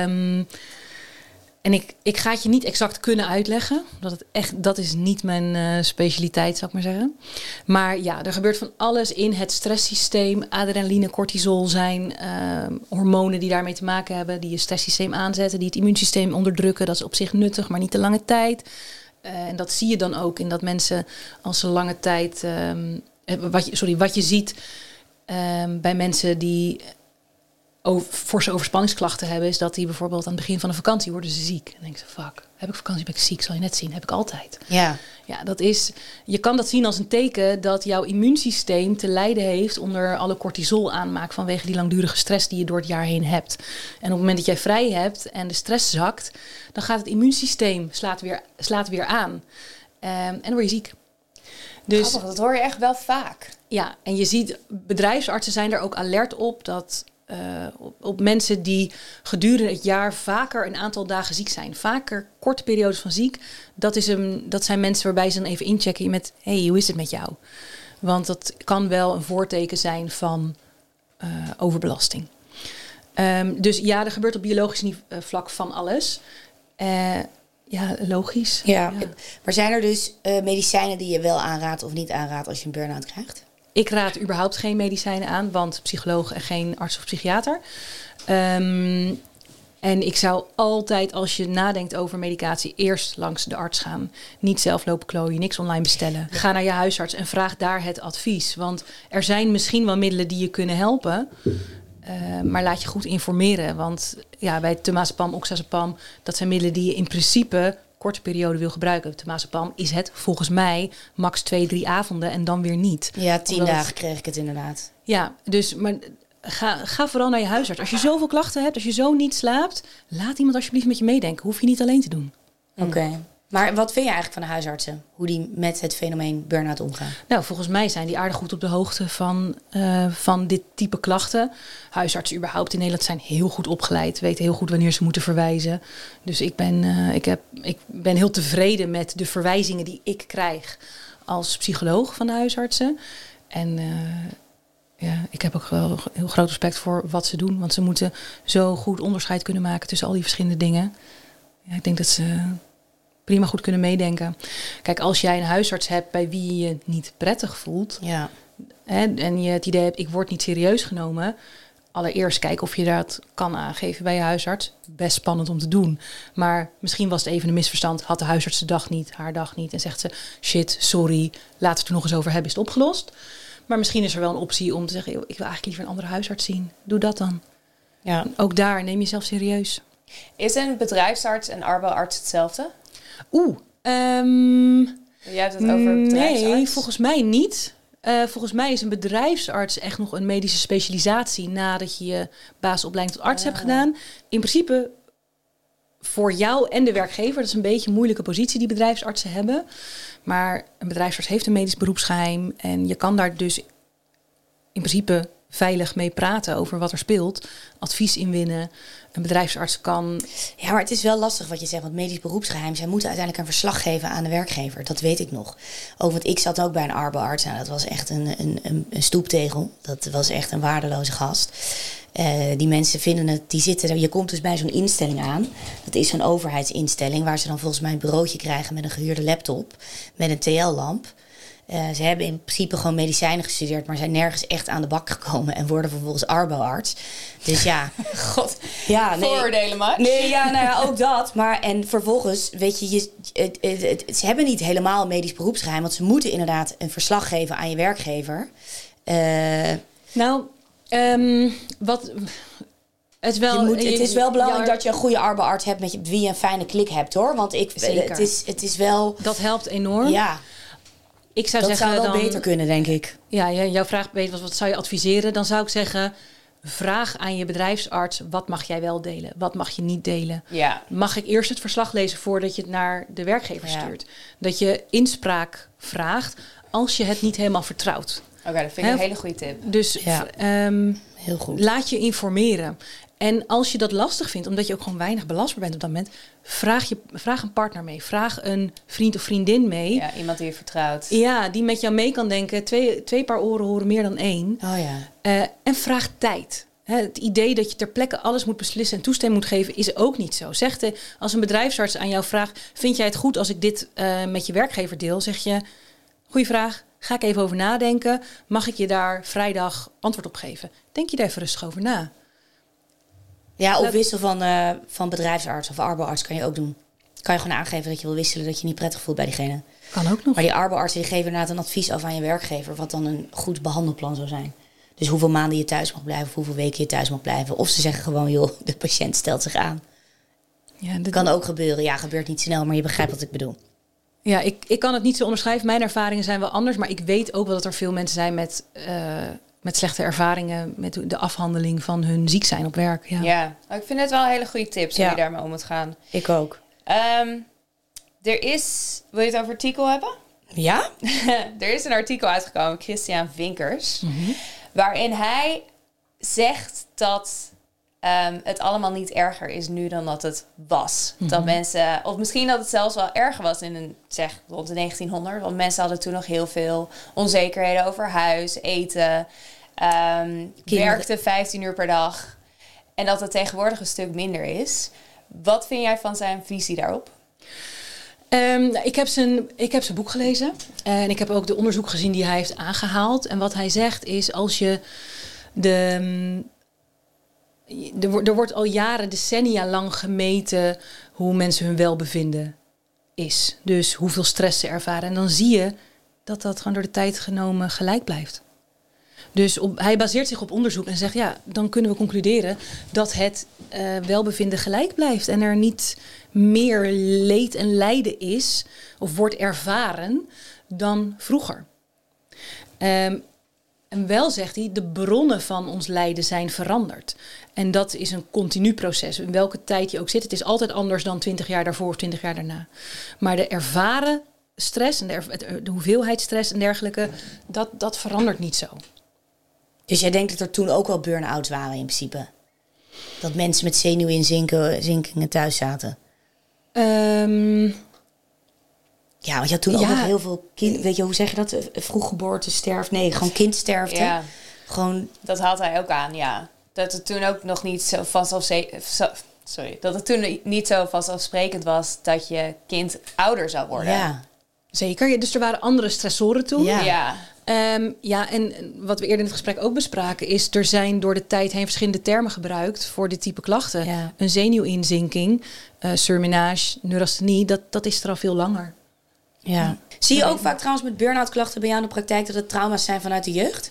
En ik ga het je niet exact kunnen uitleggen. Dat is niet mijn specialiteit, zou ik maar zeggen. Maar ja, er gebeurt van alles in het stresssysteem. Adrenaline, cortisol zijn hormonen die daarmee te maken hebben. Die je stresssysteem aanzetten, die het immuunsysteem onderdrukken. Dat is op zich nuttig, maar niet de lange tijd. En dat zie je dan ook in dat mensen als ze lange tijd... wat je ziet bij mensen die... forse overspanningsklachten hebben, is dat die bijvoorbeeld aan het begin van een vakantie worden ze ziek. En dan denk ze, fuck, heb ik vakantie, ben ik ziek? Zal je net zien, heb ik altijd. Ja. Ja, je kan dat zien als een teken dat jouw immuunsysteem te lijden heeft onder alle cortisol aanmaak vanwege die langdurige stress die je door het jaar heen hebt. En op het moment dat jij vrij hebt en de stress zakt, dan gaat het immuunsysteem slaat weer aan. En dan word je ziek. Dus, grappig, dat hoor je echt wel vaak. Ja, en je ziet, bedrijfsartsen zijn er ook alert op dat... op mensen die gedurende het jaar vaker een aantal dagen ziek zijn. Vaker korte periodes van ziek. Dat zijn mensen waarbij ze dan even inchecken met... hey, hoe is het met jou? Want dat kan wel een voorteken zijn van overbelasting. Dus ja, er gebeurt op biologisch vlak van alles. Ja, logisch. Ja. Maar zijn er dus medicijnen die je wel aanraadt of niet aanraadt als je een burn-out krijgt? Ik raad überhaupt geen medicijnen aan, want psycholoog en geen arts of psychiater. En ik zou altijd, als je nadenkt over medicatie, eerst langs de arts gaan. Niet zelf lopen klooien, niks online bestellen. Ga naar je huisarts en vraag daar het advies. Want er zijn misschien wel middelen die je kunnen helpen. Maar laat je goed informeren. Want ja, bij temazepam, oxazepam, dat zijn middelen die je in principe... korte periode wil gebruiken. Temazepam is het volgens mij max 2-3 avonden en dan weer niet. Ja, 10 dagen kreeg ik het inderdaad. Ja, dus maar ga vooral naar je huisarts. Als je zoveel klachten hebt, als je zo niet slaapt, laat iemand alsjeblieft met je meedenken. Hoef je niet alleen te doen. Oké. Maar wat vind je eigenlijk van de huisartsen? Hoe die met het fenomeen burn-out omgaan? Nou, volgens mij zijn die aardig goed op de hoogte van dit type klachten. Huisartsen überhaupt in Nederland zijn heel goed opgeleid. Weten heel goed wanneer ze moeten verwijzen. Dus ik ben heel tevreden met de verwijzingen die ik krijg als psycholoog van de huisartsen. En ik heb ook wel heel groot respect voor wat ze doen. Want ze moeten zo goed onderscheid kunnen maken tussen al die verschillende dingen. Ja, ik denk dat ze prima goed kunnen meedenken. Kijk, als jij een huisarts hebt bij wie je je niet prettig voelt, en je het idee hebt, ik word niet serieus genomen, allereerst kijken of je dat kan aangeven bij je huisarts. Best spannend om te doen. Maar misschien was het even een misverstand. Had de huisarts de dag niet, haar dag niet. En zegt ze, shit, sorry, laten we het er nog eens over hebben, is het opgelost. Maar misschien is er wel een optie om te zeggen, ik wil eigenlijk liever een andere huisarts zien. Doe dat dan. Ja. Ook daar, neem jezelf serieus. Is een bedrijfsarts en arbo-arts hetzelfde? Jij hebt het over bedrijfsarts? Nee, volgens mij niet. Volgens mij is een bedrijfsarts echt nog een medische specialisatie nadat je je basisopleiding tot arts hebt gedaan. In principe voor jou en de werkgever, dat is een beetje een moeilijke positie die bedrijfsartsen hebben. Maar een bedrijfsarts heeft een medisch beroepsgeheim en je kan daar dus in principe veilig mee praten over wat er speelt. Advies inwinnen. Een bedrijfsarts kan... Ja, maar het is wel lastig wat je zegt. Want medisch beroepsgeheim, zij moeten uiteindelijk een verslag geven aan de werkgever. Dat weet ik nog. Ook, want ik zat ook bij een arbo-arts. Nou, dat was echt een stoeptegel. Dat was echt een waardeloze gast. Die mensen vinden het, die zitten, je komt dus bij zo'n instelling aan. Dat is zo'n overheidsinstelling waar ze dan volgens mij een bureautje krijgen met een gehuurde laptop. Met een TL-lamp. Ze hebben in principe gewoon medicijnen gestudeerd, maar zijn nergens echt aan de bak gekomen en worden vervolgens arbo-arts. Dus ja, god, ja, nee. Vooroordelen maar. Nee, ja, nou ja, ook dat. Maar en vervolgens, weet je, ze hebben niet helemaal een medisch beroepsgeheim, want ze moeten inderdaad een verslag geven aan je werkgever. Wat... Het is wel belangrijk dat je een goede arbo-arts hebt met wie je een fijne klik hebt, hoor. Want het is wel... Dat helpt enorm. Ja. Ik zou dat zeggen, zou wel beter kunnen, denk ik. Ja, jouw vraag was, wat zou je adviseren? Dan zou ik zeggen, vraag aan je bedrijfsarts, wat mag jij wel delen? Wat mag je niet delen? Ja. Mag ik eerst het verslag lezen voordat je het naar de werkgever stuurt? Dat je inspraak vraagt als je het niet helemaal vertrouwt. Oké, dat vind ik een hele goede tip. Dus heel goed. Laat je informeren. En als je dat lastig vindt, omdat je ook gewoon weinig belastbaar bent op dat moment, vraag een partner mee. Vraag een vriend of vriendin mee. Ja, iemand die je vertrouwt. Ja, die met jou mee kan denken. Twee paar oren horen meer dan één. Oh ja. En vraag tijd. Het idee dat je ter plekke alles moet beslissen en toestemming moet geven, is ook niet zo. Als een bedrijfsarts aan jou vraagt, vind jij het goed als ik dit met je werkgever deel? Zeg je, goeie vraag, ga ik even over nadenken. Mag ik je daar vrijdag antwoord op geven? Denk je daar even rustig over na. Ja, of wissel van bedrijfsarts of arbo-arts kan je ook doen. Kan je gewoon aangeven dat je wil wisselen, dat je niet prettig voelt bij diegene. Kan ook nog. Maar die arbo-artsen die geven inderdaad een advies af aan je werkgever, wat dan een goed behandelplan zou zijn. Dus hoeveel maanden je thuis mag blijven, of hoeveel weken je thuis mag blijven. Of ze zeggen gewoon, joh, de patiënt stelt zich aan. Ja, dat kan ook gebeuren. Ja, gebeurt niet snel, maar je begrijpt wat ik bedoel. Ja, ik kan het niet zo onderschrijven. Mijn ervaringen zijn wel anders. Maar ik weet ook wel dat er veel mensen zijn met slechte ervaringen met de afhandeling van hun ziek zijn op werk. Ja, ik vind het wel een hele goede tips hoe je daarmee om moet gaan. Ik ook. Wil je het over artikel hebben? Ja? Er is een artikel uitgekomen, Christian Vinkers, waarin hij zegt dat het allemaal niet erger is nu dan dat het was. Dat mensen, of misschien dat het zelfs wel erger was rond de 1900. Want mensen hadden toen nog heel veel onzekerheden over huis, eten, werkten 15 uur per dag. En dat het tegenwoordig een stuk minder is. Wat vind jij van zijn visie daarop? Ik heb zijn boek gelezen. En ik heb ook de onderzoek gezien die hij heeft aangehaald. En wat hij zegt is, als je er wordt al jaren, decennia lang gemeten hoe mensen hun welbevinden is. Dus hoeveel stress ze ervaren. En dan zie je dat dat gewoon door de tijd genomen gelijk blijft. Dus hij baseert zich op onderzoek en zegt, ja, dan kunnen we concluderen dat het welbevinden gelijk blijft. En er niet meer leed en lijden is of wordt ervaren dan vroeger. En wel, zegt hij, de bronnen van ons lijden zijn veranderd. En dat is een continu proces. In welke tijd je ook zit. Het is altijd anders dan 20 jaar daarvoor of 20 jaar daarna. Maar de ervaren stress en de hoeveelheid stress en dergelijke, dat verandert niet zo. Dus jij denkt dat er toen ook wel burn-outs waren in principe? Dat mensen met zenuwinzinkingen thuis zaten? Ja, want je had toen ook nog heel veel weet je, hoe zeg je dat? Vroeggeboorte sterfte? Nee, gewoon kindsterfte. Ja. Gewoon... Dat had hij ook aan, ja. Dat het toen ook nog niet zo dat het toen niet zo vanzelfsprekend was dat je kind ouder zou worden. Ja. Zeker, dus er waren andere stressoren toen. Ja. En wat we eerder in het gesprek ook bespraken is, er zijn door de tijd heen verschillende termen gebruikt voor dit type klachten. Ja. Een zenuwinzinking, surmenage, neurasthenie, dat is er al veel langer. Ja. Zie je ook vaak trouwens met burn-out klachten bij jou in de praktijk dat het trauma's zijn vanuit de jeugd?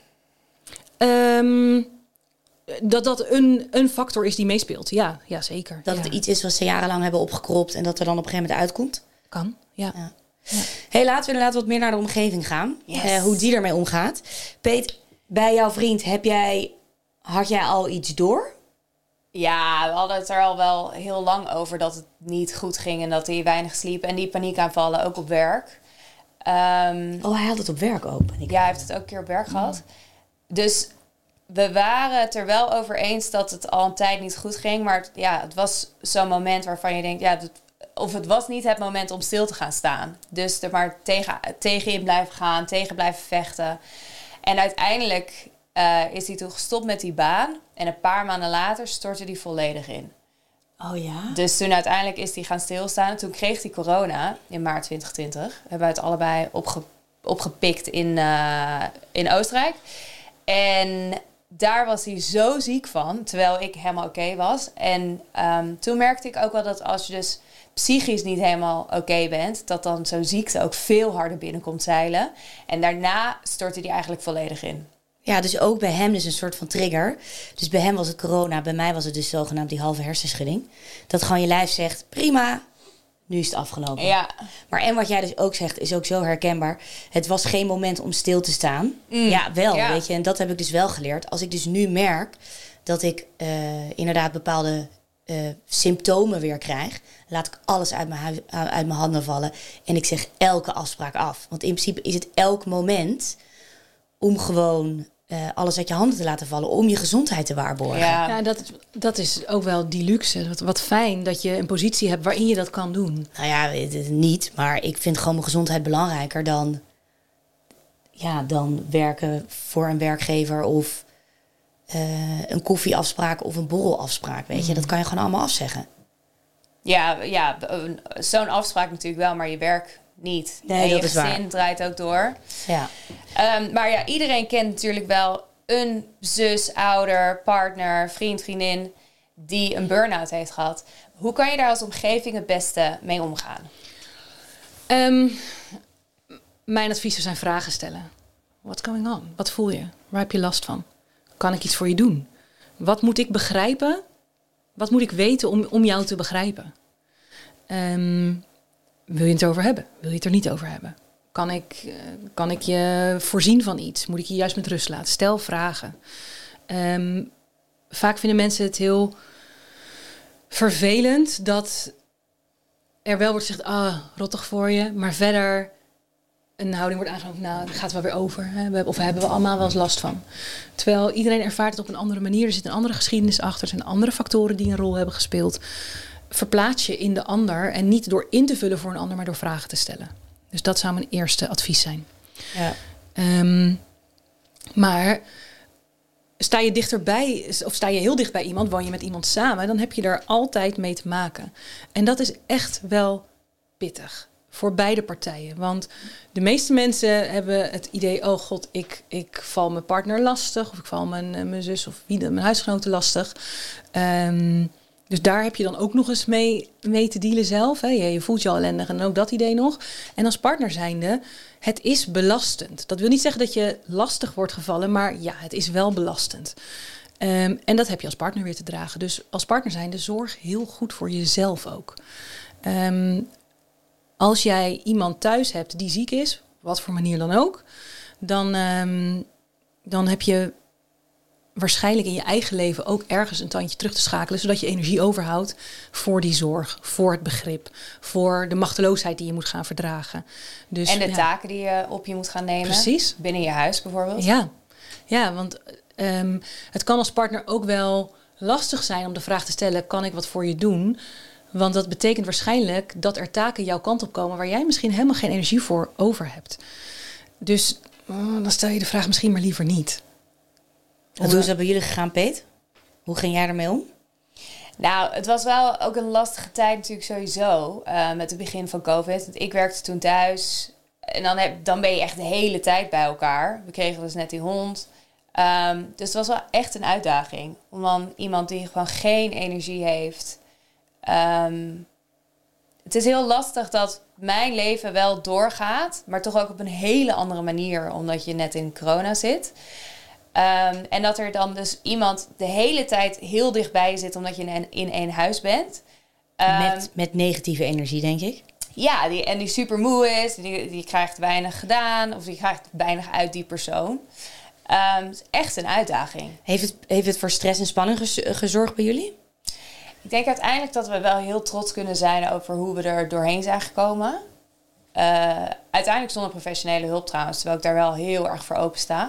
Dat een factor is die meespeelt, ja zeker. Dat het iets is wat ze jarenlang hebben opgekropt en dat er dan op een gegeven moment uitkomt? Kan, ja. Hey, laten we inderdaad wat meer naar de omgeving gaan. Yes. Hoe die ermee omgaat. Peet, bij jouw vriend had jij al iets door? Ja, we hadden het er al wel heel lang over dat het niet goed ging en dat hij weinig sliep. En die paniekaanvallen ook op werk. Hij had het op werk ook. Ja, hij heeft het ook een keer op werk gehad. Dus we waren het er wel over eens dat het al een tijd niet goed ging. Maar het was zo'n moment waarvan je denkt, of het was niet het moment om stil te gaan staan. Dus er maar tegenin blijven gaan, tegen blijven vechten. En uiteindelijk is hij toen gestopt met die baan. En een paar maanden later stortte hij volledig in. Oh ja? Dus toen uiteindelijk is hij gaan stilstaan. Toen kreeg hij corona in maart 2020. We hebben het allebei opgepikt in Oostenrijk. En daar was hij zo ziek van, terwijl ik helemaal oké was. En toen merkte ik ook wel dat als je dus psychisch niet helemaal oké bent, dat dan zo'n ziekte ook veel harder binnenkomt zeilen. En daarna stortte hij eigenlijk volledig in. Ja, dus ook bij hem dus een soort van trigger. Dus bij hem was het corona, bij mij was het dus zogenaamd die halve hersenschudding. Dat gewoon je lijf zegt, prima, nu is het afgelopen. Ja. Maar en wat jij dus ook zegt, is ook zo herkenbaar. Het was geen moment om stil te staan. Ja, wel, weet je. En dat heb ik dus wel geleerd. Als ik dus nu merk dat ik inderdaad bepaalde symptomen weer krijg, laat ik alles uit mijn handen vallen. En ik zeg elke afspraak af. Want in principe is het elk moment om gewoon alles uit je handen te laten vallen, om je gezondheid te waarborgen. Ja, dat is ook wel die luxe. Wat fijn dat je een positie hebt waarin je dat kan doen. Nou ja, niet, maar ik vind gewoon mijn gezondheid belangrijker dan werken voor een werkgever of een koffieafspraak of een borrelafspraak. Weet je, dat kan je gewoon allemaal afzeggen. Ja, zo'n afspraak natuurlijk wel, maar je werk niet. Nee, en dat je is waar. gezin draait ook door. Ja. Maar ja, iedereen kent natuurlijk wel een zus, ouder, partner, vriend, vriendin die een burn-out heeft gehad. Hoe kan je daar als omgeving het beste mee omgaan? Mijn advies zou zijn vragen stellen. What's going on? Wat voel je? Waar heb je last van? Kan ik iets voor je doen? Wat moet ik begrijpen? Wat moet ik weten om jou te begrijpen? Wil je het erover hebben? Wil je het er niet over hebben? Kan ik je voorzien van iets? Moet ik je juist met rust laten? Stel vragen. Vaak vinden mensen het heel vervelend dat er wel wordt gezegd, rottig voor je. Maar verder een houding wordt aangenomen, nou, dat gaat wel weer over. Hè? Of hebben we allemaal wel eens last van. Terwijl iedereen ervaart het op een andere manier. Er zit een andere geschiedenis achter. Er zijn andere factoren die een rol hebben gespeeld. Verplaats je in de ander. En niet door in te vullen voor een ander, maar door vragen te stellen. Dus dat zou mijn eerste advies zijn. Ja. Maar sta je dichterbij, of sta je heel dicht bij iemand, woon je met iemand samen, dan heb je er altijd mee te maken. En dat is echt wel pittig. Voor beide partijen. Want de meeste mensen hebben het idee, oh god, ik val mijn partner lastig. Of ik val mijn zus of mijn huisgenoten lastig. Dus daar heb je dan ook nog eens mee te dealen zelf. Hè. Je voelt je al ellendig en ook dat idee nog. En als partner zijnde, het is belastend. Dat wil niet zeggen dat je lastig wordt gevallen, maar ja, het is wel belastend. En dat heb je als partner weer te dragen. Dus als partner zijnde, zorg heel goed voor jezelf ook. Als jij iemand thuis hebt die ziek is, wat voor manier dan ook, dan dan heb je waarschijnlijk in je eigen leven ook ergens een tandje terug te schakelen, zodat je energie overhoudt voor die zorg, voor het begrip, voor de machteloosheid die je moet gaan verdragen. Dus, en de taken die je op je moet gaan nemen. Precies. Binnen je huis bijvoorbeeld. Ja, want het kan als partner ook wel lastig zijn om de vraag te stellen, kan ik wat voor je doen? Want dat betekent waarschijnlijk dat er taken jouw kant op komen waar jij misschien helemaal geen energie voor over hebt. Dus dan stel je de vraag misschien maar liever niet. Hoe is dat bij jullie gegaan, Peet? Hoe ging jij ermee om? Nou, het was wel ook een lastige tijd natuurlijk sowieso. Met het begin van COVID. Want ik werkte toen thuis. En dan ben je echt de hele tijd bij elkaar. We kregen dus net die hond. Dus het was wel echt een uitdaging. Om dan iemand die gewoon geen energie heeft. Het is heel lastig dat mijn leven wel doorgaat. Maar toch ook op een hele andere manier. Omdat je net in corona zit. En dat er dan dus iemand de hele tijd heel dichtbij je zit, omdat je in één huis bent. Met negatieve energie, denk ik. Ja, die super moe is, die krijgt weinig gedaan of die krijgt weinig uit die persoon. Het is echt een uitdaging. Heeft het voor stress en spanning gezorgd bij jullie? Ik denk uiteindelijk dat we wel heel trots kunnen zijn over hoe we er doorheen zijn gekomen. Uiteindelijk zonder professionele hulp trouwens, terwijl ik daar wel heel erg voor open sta.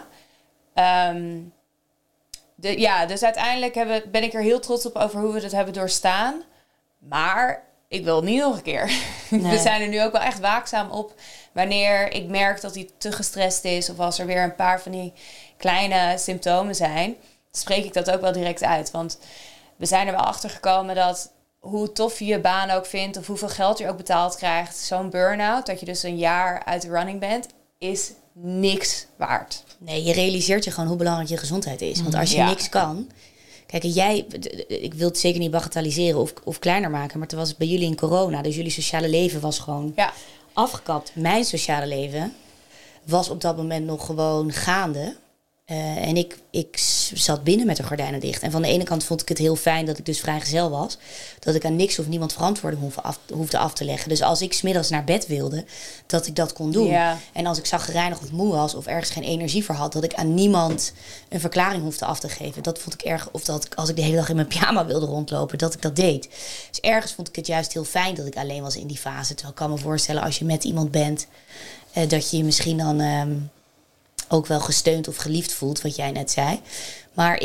Dus uiteindelijk ben ik er heel trots op over hoe we dat hebben doorstaan. Maar ik wil het niet nog een keer. Nee. We zijn er nu ook wel echt waakzaam op wanneer ik merk dat hij te gestrest is. Of als er weer een paar van die kleine symptomen zijn. Dan spreek ik dat ook wel direct uit. Want we zijn er wel achter gekomen dat hoe tof je je baan ook vindt. Of hoeveel geld je ook betaald krijgt. Zo'n burn-out, dat je dus een jaar uit de running bent, is niks waard. Nee, je realiseert je gewoon hoe belangrijk je gezondheid is. Want als je niks kan. Kijk, ik wil het zeker niet bagatelliseren of kleiner maken. Maar toen was het bij jullie in corona. Dus jullie sociale leven was gewoon afgekapt. Mijn sociale leven was op dat moment nog gewoon gaande. En ik zat binnen met de gordijnen dicht. En van de ene kant vond ik het heel fijn dat ik dus vrijgezel was. Dat ik aan niks of niemand verantwoording hoefde af te leggen. Dus als ik 's middags naar bed wilde, dat ik dat kon doen. Ja. En als ik chagrijnig of moe was of ergens geen energie voor had, dat ik aan niemand een verklaring hoefde af te geven. Dat vond ik erg. Of dat ik, als ik de hele dag in mijn pyjama wilde rondlopen, dat ik dat deed. Dus ergens vond ik het juist heel fijn dat ik alleen was in die fase. Terwijl ik kan me voorstellen als je met iemand bent, dat je misschien dan ook wel gesteund of geliefd voelt, wat jij net zei. Maar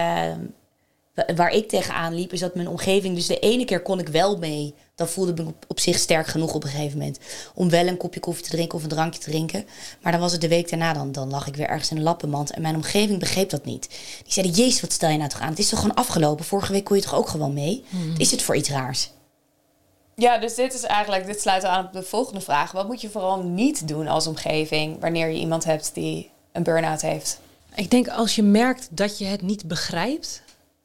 waar ik tegenaan liep, is dat mijn omgeving, dus de ene keer kon ik wel mee. Dan voelde ik me op zich sterk genoeg op een gegeven moment om wel een kopje koffie te drinken of een drankje te drinken. Maar dan was het de week daarna, dan lag ik weer ergens in een lappenmand. En mijn omgeving begreep dat niet. Die zeiden, jezus, wat stel je nou toch aan? Het is toch gewoon afgelopen? Vorige week kon je toch ook gewoon mee? Wat is het voor iets raars? Ja, dus dit sluit aan op de volgende vraag. Wat moet je vooral niet doen als omgeving wanneer je iemand hebt die een burn-out heeft? Ik denk als je merkt dat je het niet begrijpt,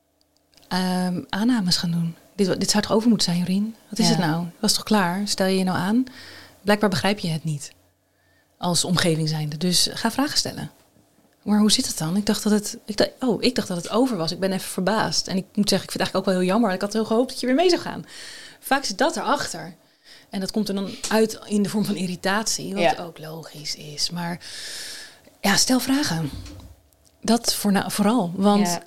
aannames gaan doen. Dit zou toch over moeten zijn, Jorien? Wat is het nou? Was toch klaar? Stel je nou aan. Blijkbaar begrijp je het niet. Als omgeving zijnde. Dus ga vragen stellen. Maar hoe zit het dan? Ik dacht dat het over was. Ik ben even verbaasd. En ik moet zeggen, ik vind het eigenlijk ook wel heel jammer. Ik had heel gehoopt dat je weer mee zou gaan. Vaak zit dat erachter. En dat komt er dan uit in de vorm van irritatie. Wat ook logisch is. Maar ja, stel vragen. Dat vooral. Want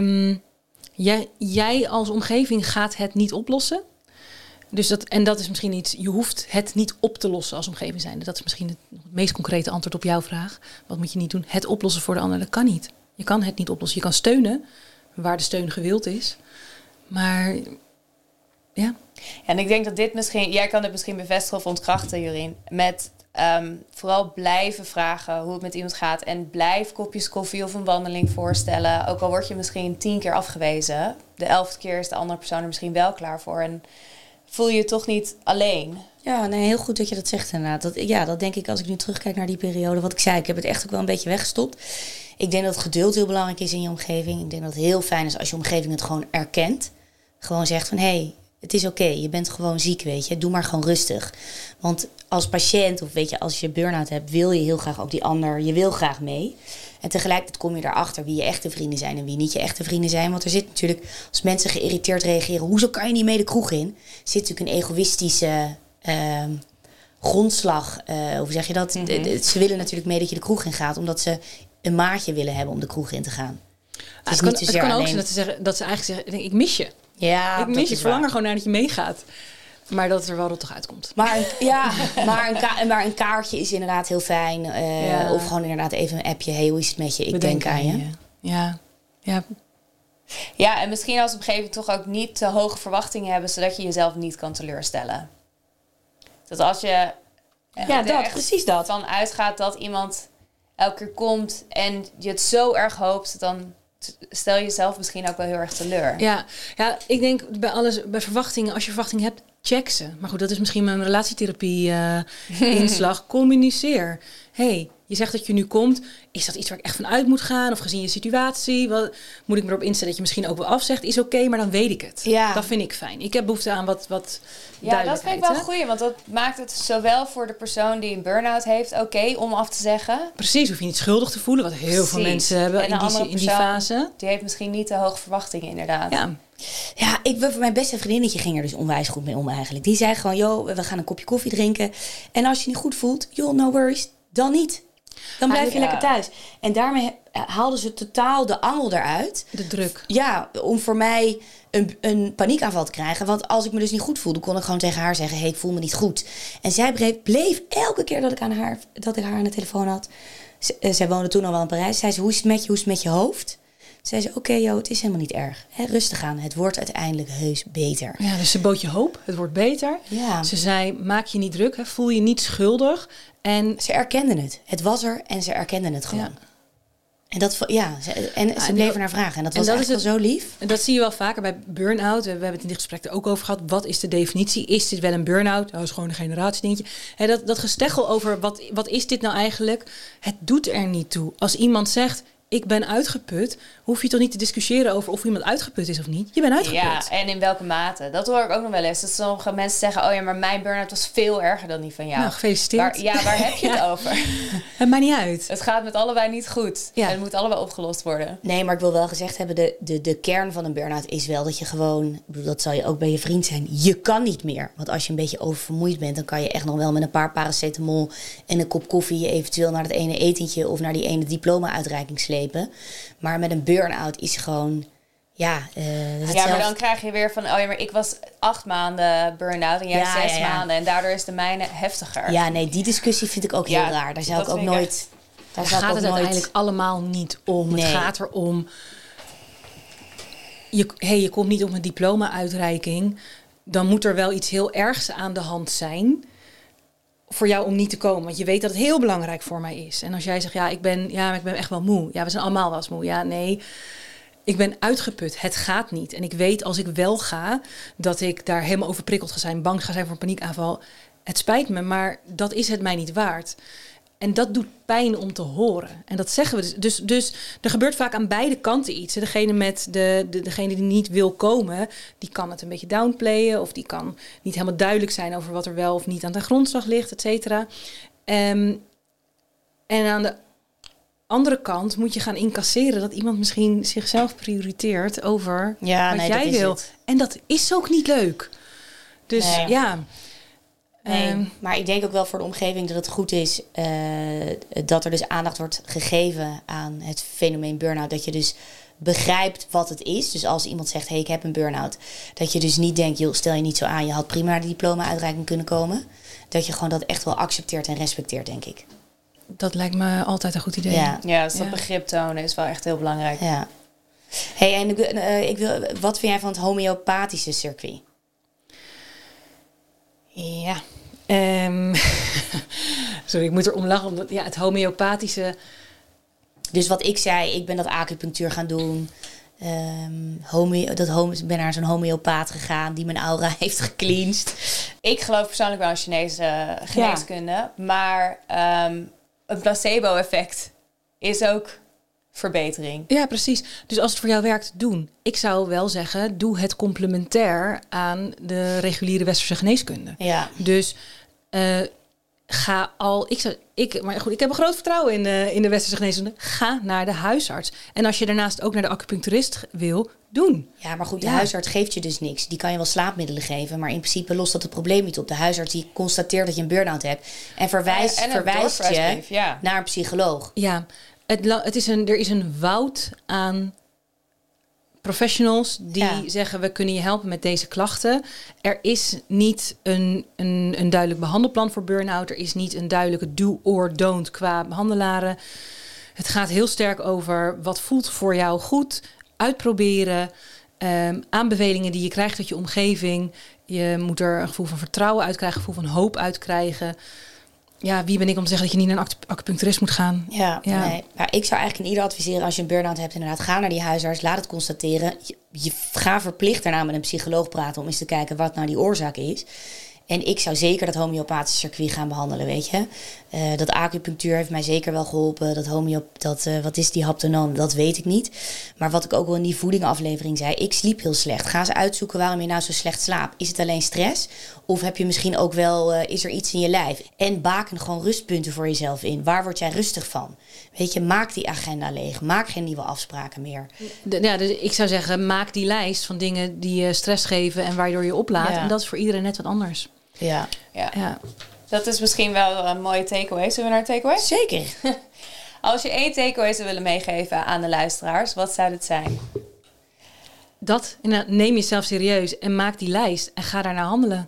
jij als omgeving gaat het niet oplossen. Dus dat is misschien iets. Je hoeft het niet op te lossen als omgeving zijnde. Dat is misschien het meest concrete antwoord op jouw vraag. Wat moet je niet doen? Het oplossen voor de ander, dat kan niet. Je kan het niet oplossen. Je kan steunen waar de steun gewild is. Maar ja. En ik denk dat jij kan dit misschien bevestigen of ontkrachten, Jorien. Met vooral blijven vragen hoe het met iemand gaat. En blijf kopjes koffie of een wandeling voorstellen. Ook al word je misschien 10 keer afgewezen. De 11e keer is de andere persoon er misschien wel klaar voor. En voel je je toch niet alleen. Ja, nee, heel goed dat je dat zegt inderdaad. Dat denk ik als ik nu terugkijk naar die periode. Wat ik zei, ik heb het echt ook wel een beetje weggestopt. Ik denk dat geduld heel belangrijk is in je omgeving. Ik denk dat het heel fijn is als je omgeving het gewoon erkent. Gewoon zegt van, hey, het is oké, je bent gewoon ziek, weet je. Doe maar gewoon rustig. Want als patiënt of weet je, als je burn-out hebt, wil je heel graag ook die ander, je wil graag mee. En tegelijkertijd kom je erachter wie je echte vrienden zijn en wie niet je echte vrienden zijn. Want er zit natuurlijk, als mensen geïrriteerd reageren, hoezo kan je niet mee de kroeg in? Zit natuurlijk een egoïstische grondslag, hoe zeg je dat? Ze willen natuurlijk mee dat je de kroeg in gaat, omdat ze een maatje willen hebben om de kroeg in te gaan. Het kan ook zijn dat ze eigenlijk zeggen, ik mis je. Ja, ik mis je, ik verlang er gewoon naar dat je meegaat. Maar dat het er wel rottig uitkomt. Maar een kaartje is inderdaad heel fijn. Of gewoon inderdaad even een appje. Hey, hoe is het met je? Ik denk aan je. Ja, en misschien als op een gegeven moment toch ook niet te hoge verwachtingen hebben, zodat je jezelf niet kan teleurstellen. Dat als je precies dat. van uitgaat dat iemand elke keer komt en je het zo erg hoopt, dan stel je jezelf misschien ook wel heel erg teleur. Ja, ik denk bij verwachtingen, als je verwachtingen hebt, check ze. Maar goed, dat is misschien mijn relatietherapie inslag. Communiceer. Hey, je zegt dat je nu komt. Is dat iets waar ik echt van uit moet gaan? Of gezien je situatie? Moet ik me erop instellen dat je misschien ook wel afzegt? Is oké, maar dan weet ik het. Ja. Dat vind ik fijn. Ik heb behoefte aan wat duidelijkheid. Dat vind ik wel goed. Want dat maakt het zowel voor de persoon die een burn-out heeft oké om af te zeggen. Precies, hoef je niet schuldig te voelen. Wat heel veel mensen hebben in die fase. Die heeft misschien niet te hoge verwachtingen inderdaad. Ja, mijn beste vriendinnetje ging er dus onwijs goed mee om eigenlijk. Die zei gewoon, joh, we gaan een kopje koffie drinken. En als je je niet goed voelt, joh, no worries, dan niet. Dan blijf je lekker thuis. En daarmee haalden ze totaal de angel eruit. De druk. Ja, om voor mij een paniekaanval te krijgen. Want als ik me dus niet goed voelde, kon ik gewoon tegen haar zeggen, hey, ik voel me niet goed. En zij bleef elke keer dat ik haar aan de telefoon had. Zij woonde toen al wel in Parijs. Zei ze, hoe is het met je hoofd? Zei ze, oké, joh, het is helemaal niet erg. Rustig aan, het wordt uiteindelijk heus beter. Ja, dus ze bood je hoop, het wordt beter. Ja. Ze zei, maak je niet druk, voel je niet schuldig. En ze erkenden het. Het was er en ze erkenden het gewoon. Ja. En ze bleven naar vragen. En dat was echt wel zo lief. En dat zie je wel vaker bij burn-out. We hebben het in dit gesprek er ook over gehad. Wat is de definitie? Is dit wel een burn-out? Dat is gewoon een generatiedingetje. Dat gesteggel over wat is dit nou eigenlijk? Het doet er niet toe. Als iemand zegt, ik ben uitgeput, hoef je toch niet te discussiëren over of iemand uitgeput is of niet. Je bent uitgeput. Ja, en in welke mate. Dat hoor ik ook nog wel eens. Dat sommige mensen zeggen, oh ja, maar mijn burn-out was veel erger dan die van jou. Nou, gefeliciteerd. Waar heb je het over? Het maakt niet uit. Het gaat met allebei niet goed. Ja. En het moet allebei opgelost worden. Nee, maar ik wil wel gezegd hebben, de kern van een burn-out is wel dat je gewoon, dat zal je ook bij je vriend zijn, je kan niet meer. Want als je een beetje oververmoeid bent, dan kan je echt nog wel met een paar paracetamol en een kop koffie je eventueel naar dat ene etentje of naar die ene diploma-uitreiking slepen. Maar met een burn-out is gewoon, maar dan krijg je weer van, oh ja, maar ik was 8 maanden burn-out en jij 6 maanden. En daardoor is de mijne heftiger. Ja, nee, die discussie vind ik ook heel raar. Daar zou ik ook nooit. Daar gaat het uiteindelijk allemaal niet om. Nee. Het gaat erom, je komt niet op een diploma-uitreiking. Dan moet er wel iets heel ergs aan de hand zijn voor jou om niet te komen. Want je weet dat het heel belangrijk voor mij is. En als jij zegt, ik ben echt wel moe. Ja, we zijn allemaal wel eens moe. Ja, nee, ik ben uitgeput. Het gaat niet. En ik weet als ik wel ga, dat ik daar helemaal overprikkeld ga zijn, bang ga zijn voor een paniekaanval. Het spijt me, maar dat is het mij niet waard. En dat doet pijn om te horen. En dat zeggen we dus er gebeurt vaak aan beide kanten iets. Degene die niet wil komen, die kan het een beetje downplayen, of die kan niet helemaal duidelijk zijn over wat er wel of niet aan de grondslag ligt, et cetera. En aan de andere kant moet je gaan incasseren dat iemand misschien zichzelf prioriteert over wat jij wil. En dat is ook niet leuk. Dus Nee, maar ik denk ook wel voor de omgeving dat het goed is dat er dus aandacht wordt gegeven aan het fenomeen burn-out. Dat je dus begrijpt wat het is. Dus als iemand zegt, hey, ik heb een burn-out. Dat je dus niet denkt, joh, stel je niet zo aan. Je had prima naar de diploma-uitreiking kunnen komen. Dat je gewoon dat echt wel accepteert en respecteert, denk ik. Dat lijkt me altijd een goed idee. Ja, dus dat begrip tonen is wel echt heel belangrijk. Ja. Hey, en wat vind jij van het homeopathische circuit? Ja, sorry, ik moet er om lachen, omdat het homeopathische. Dus wat ik zei, ik ben dat acupunctuur gaan doen. Ik ben naar zo'n homeopaat gegaan die mijn aura heeft gecleansed. Ik geloof persoonlijk wel in Chinese geneeskunde, maar een placebo-effect is ook verbetering. Ja, precies. Dus als het voor jou werkt, doen. Ik zou wel zeggen, doe het complementair aan de reguliere westerse geneeskunde. Ja. Dus maar goed, ik heb een groot vertrouwen in de westerse geneeskunde. Ga naar de huisarts. En als je daarnaast ook naar de acupuncturist wil, doen. Ja, maar goed, de huisarts geeft je dus niks. Die kan je wel slaapmiddelen geven, maar in principe lost dat het probleem niet op. De huisarts die constateert dat je een burn-out hebt en verwijst je naar een psycholoog. Ja, Er is een woud aan professionals die zeggen, we kunnen je helpen met deze klachten. Er is niet een duidelijk behandelplan voor burn-out. Er is niet een duidelijke do or don't qua behandelaren. Het gaat heel sterk over wat voelt voor jou goed. Uitproberen. Aanbevelingen die je krijgt uit je omgeving. Je moet er een gevoel van vertrouwen uit krijgen. Een gevoel van hoop uit krijgen. Ja, wie ben ik om te zeggen dat je niet naar een acupuncturist moet gaan? Ja. Nee. Maar ik zou eigenlijk in ieder adviseren, als je een burn-out hebt, inderdaad, ga naar die huisarts, laat het constateren. Je ga verplicht daarna met een psycholoog praten om eens te kijken wat nou die oorzaak is. En ik zou zeker dat homeopathische circuit gaan behandelen, weet je. Dat acupunctuur heeft mij zeker wel geholpen. Wat is die haptonoom? Dat weet ik niet. Maar wat ik ook wel in die voedingaflevering zei, ik sliep heel slecht. Ga eens uitzoeken waarom je nou zo slecht slaapt. Is het alleen stress? Of heb je misschien ook wel, is er iets in je lijf? En baken gewoon rustpunten voor jezelf in. Waar word jij rustig van? Weet je, maak die agenda leeg. Maak geen nieuwe afspraken meer. Dus ik zou zeggen, maak die lijst van dingen die je stress geven en waardoor je oplaadt. Ja. En dat is voor iedereen net wat anders. Ja. Dat is misschien wel een mooie takeaway. Zullen we naar takeaway? Zeker. Als je 1 takeaway zou willen meegeven aan de luisteraars, wat zou dit zijn? Neem jezelf serieus en maak die lijst en ga daarna handelen.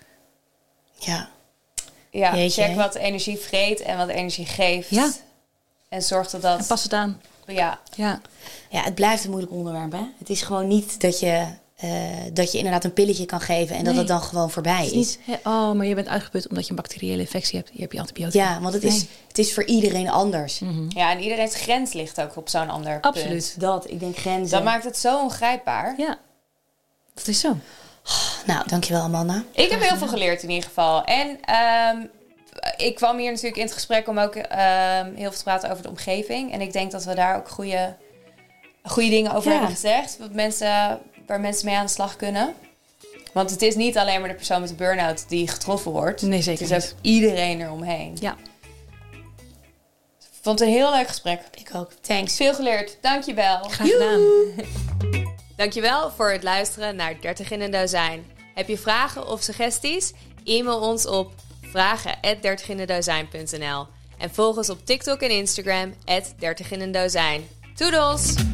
Ja, check wat energie vreet en wat energie geeft. Ja. En zorg dat... En pas het aan. Ja, het blijft een moeilijk onderwerp, hè? Het is gewoon niet dat je inderdaad een pilletje kan geven en dat het dan gewoon voorbij is. Niet, maar je bent uitgeput omdat je een bacteriële infectie hebt. Je hebt je antibiotica. Ja, want het is voor iedereen anders. Mm-hmm. Ja, en iedereen's grens ligt ook op zo'n ander Absoluut. punt. Ik denk grenzen. Dat maakt het zo ongrijpbaar. Ja, dat is zo. Nou, dankjewel Amanda. Ik heb heel veel geleerd in ieder geval. En ik kwam hier natuurlijk in het gesprek om ook heel veel te praten over de omgeving. En ik denk dat we daar ook goede dingen over hebben gezegd. Waar mensen mee aan de slag kunnen. Want het is niet alleen maar de persoon met de burn-out die getroffen wordt. Nee, zeker niet. Het is ook iedereen eromheen. Ja. Ik vond het een heel leuk gesprek. Ik ook. Thanks. Veel geleerd. Dankjewel. Graag gedaan. Dankjewel voor het luisteren naar 30 in een dozijn. Heb je vragen of suggesties? E-mail ons op vragen@30inendozijn.nl en volg ons op TikTok en Instagram @30inendozijn. Toedels!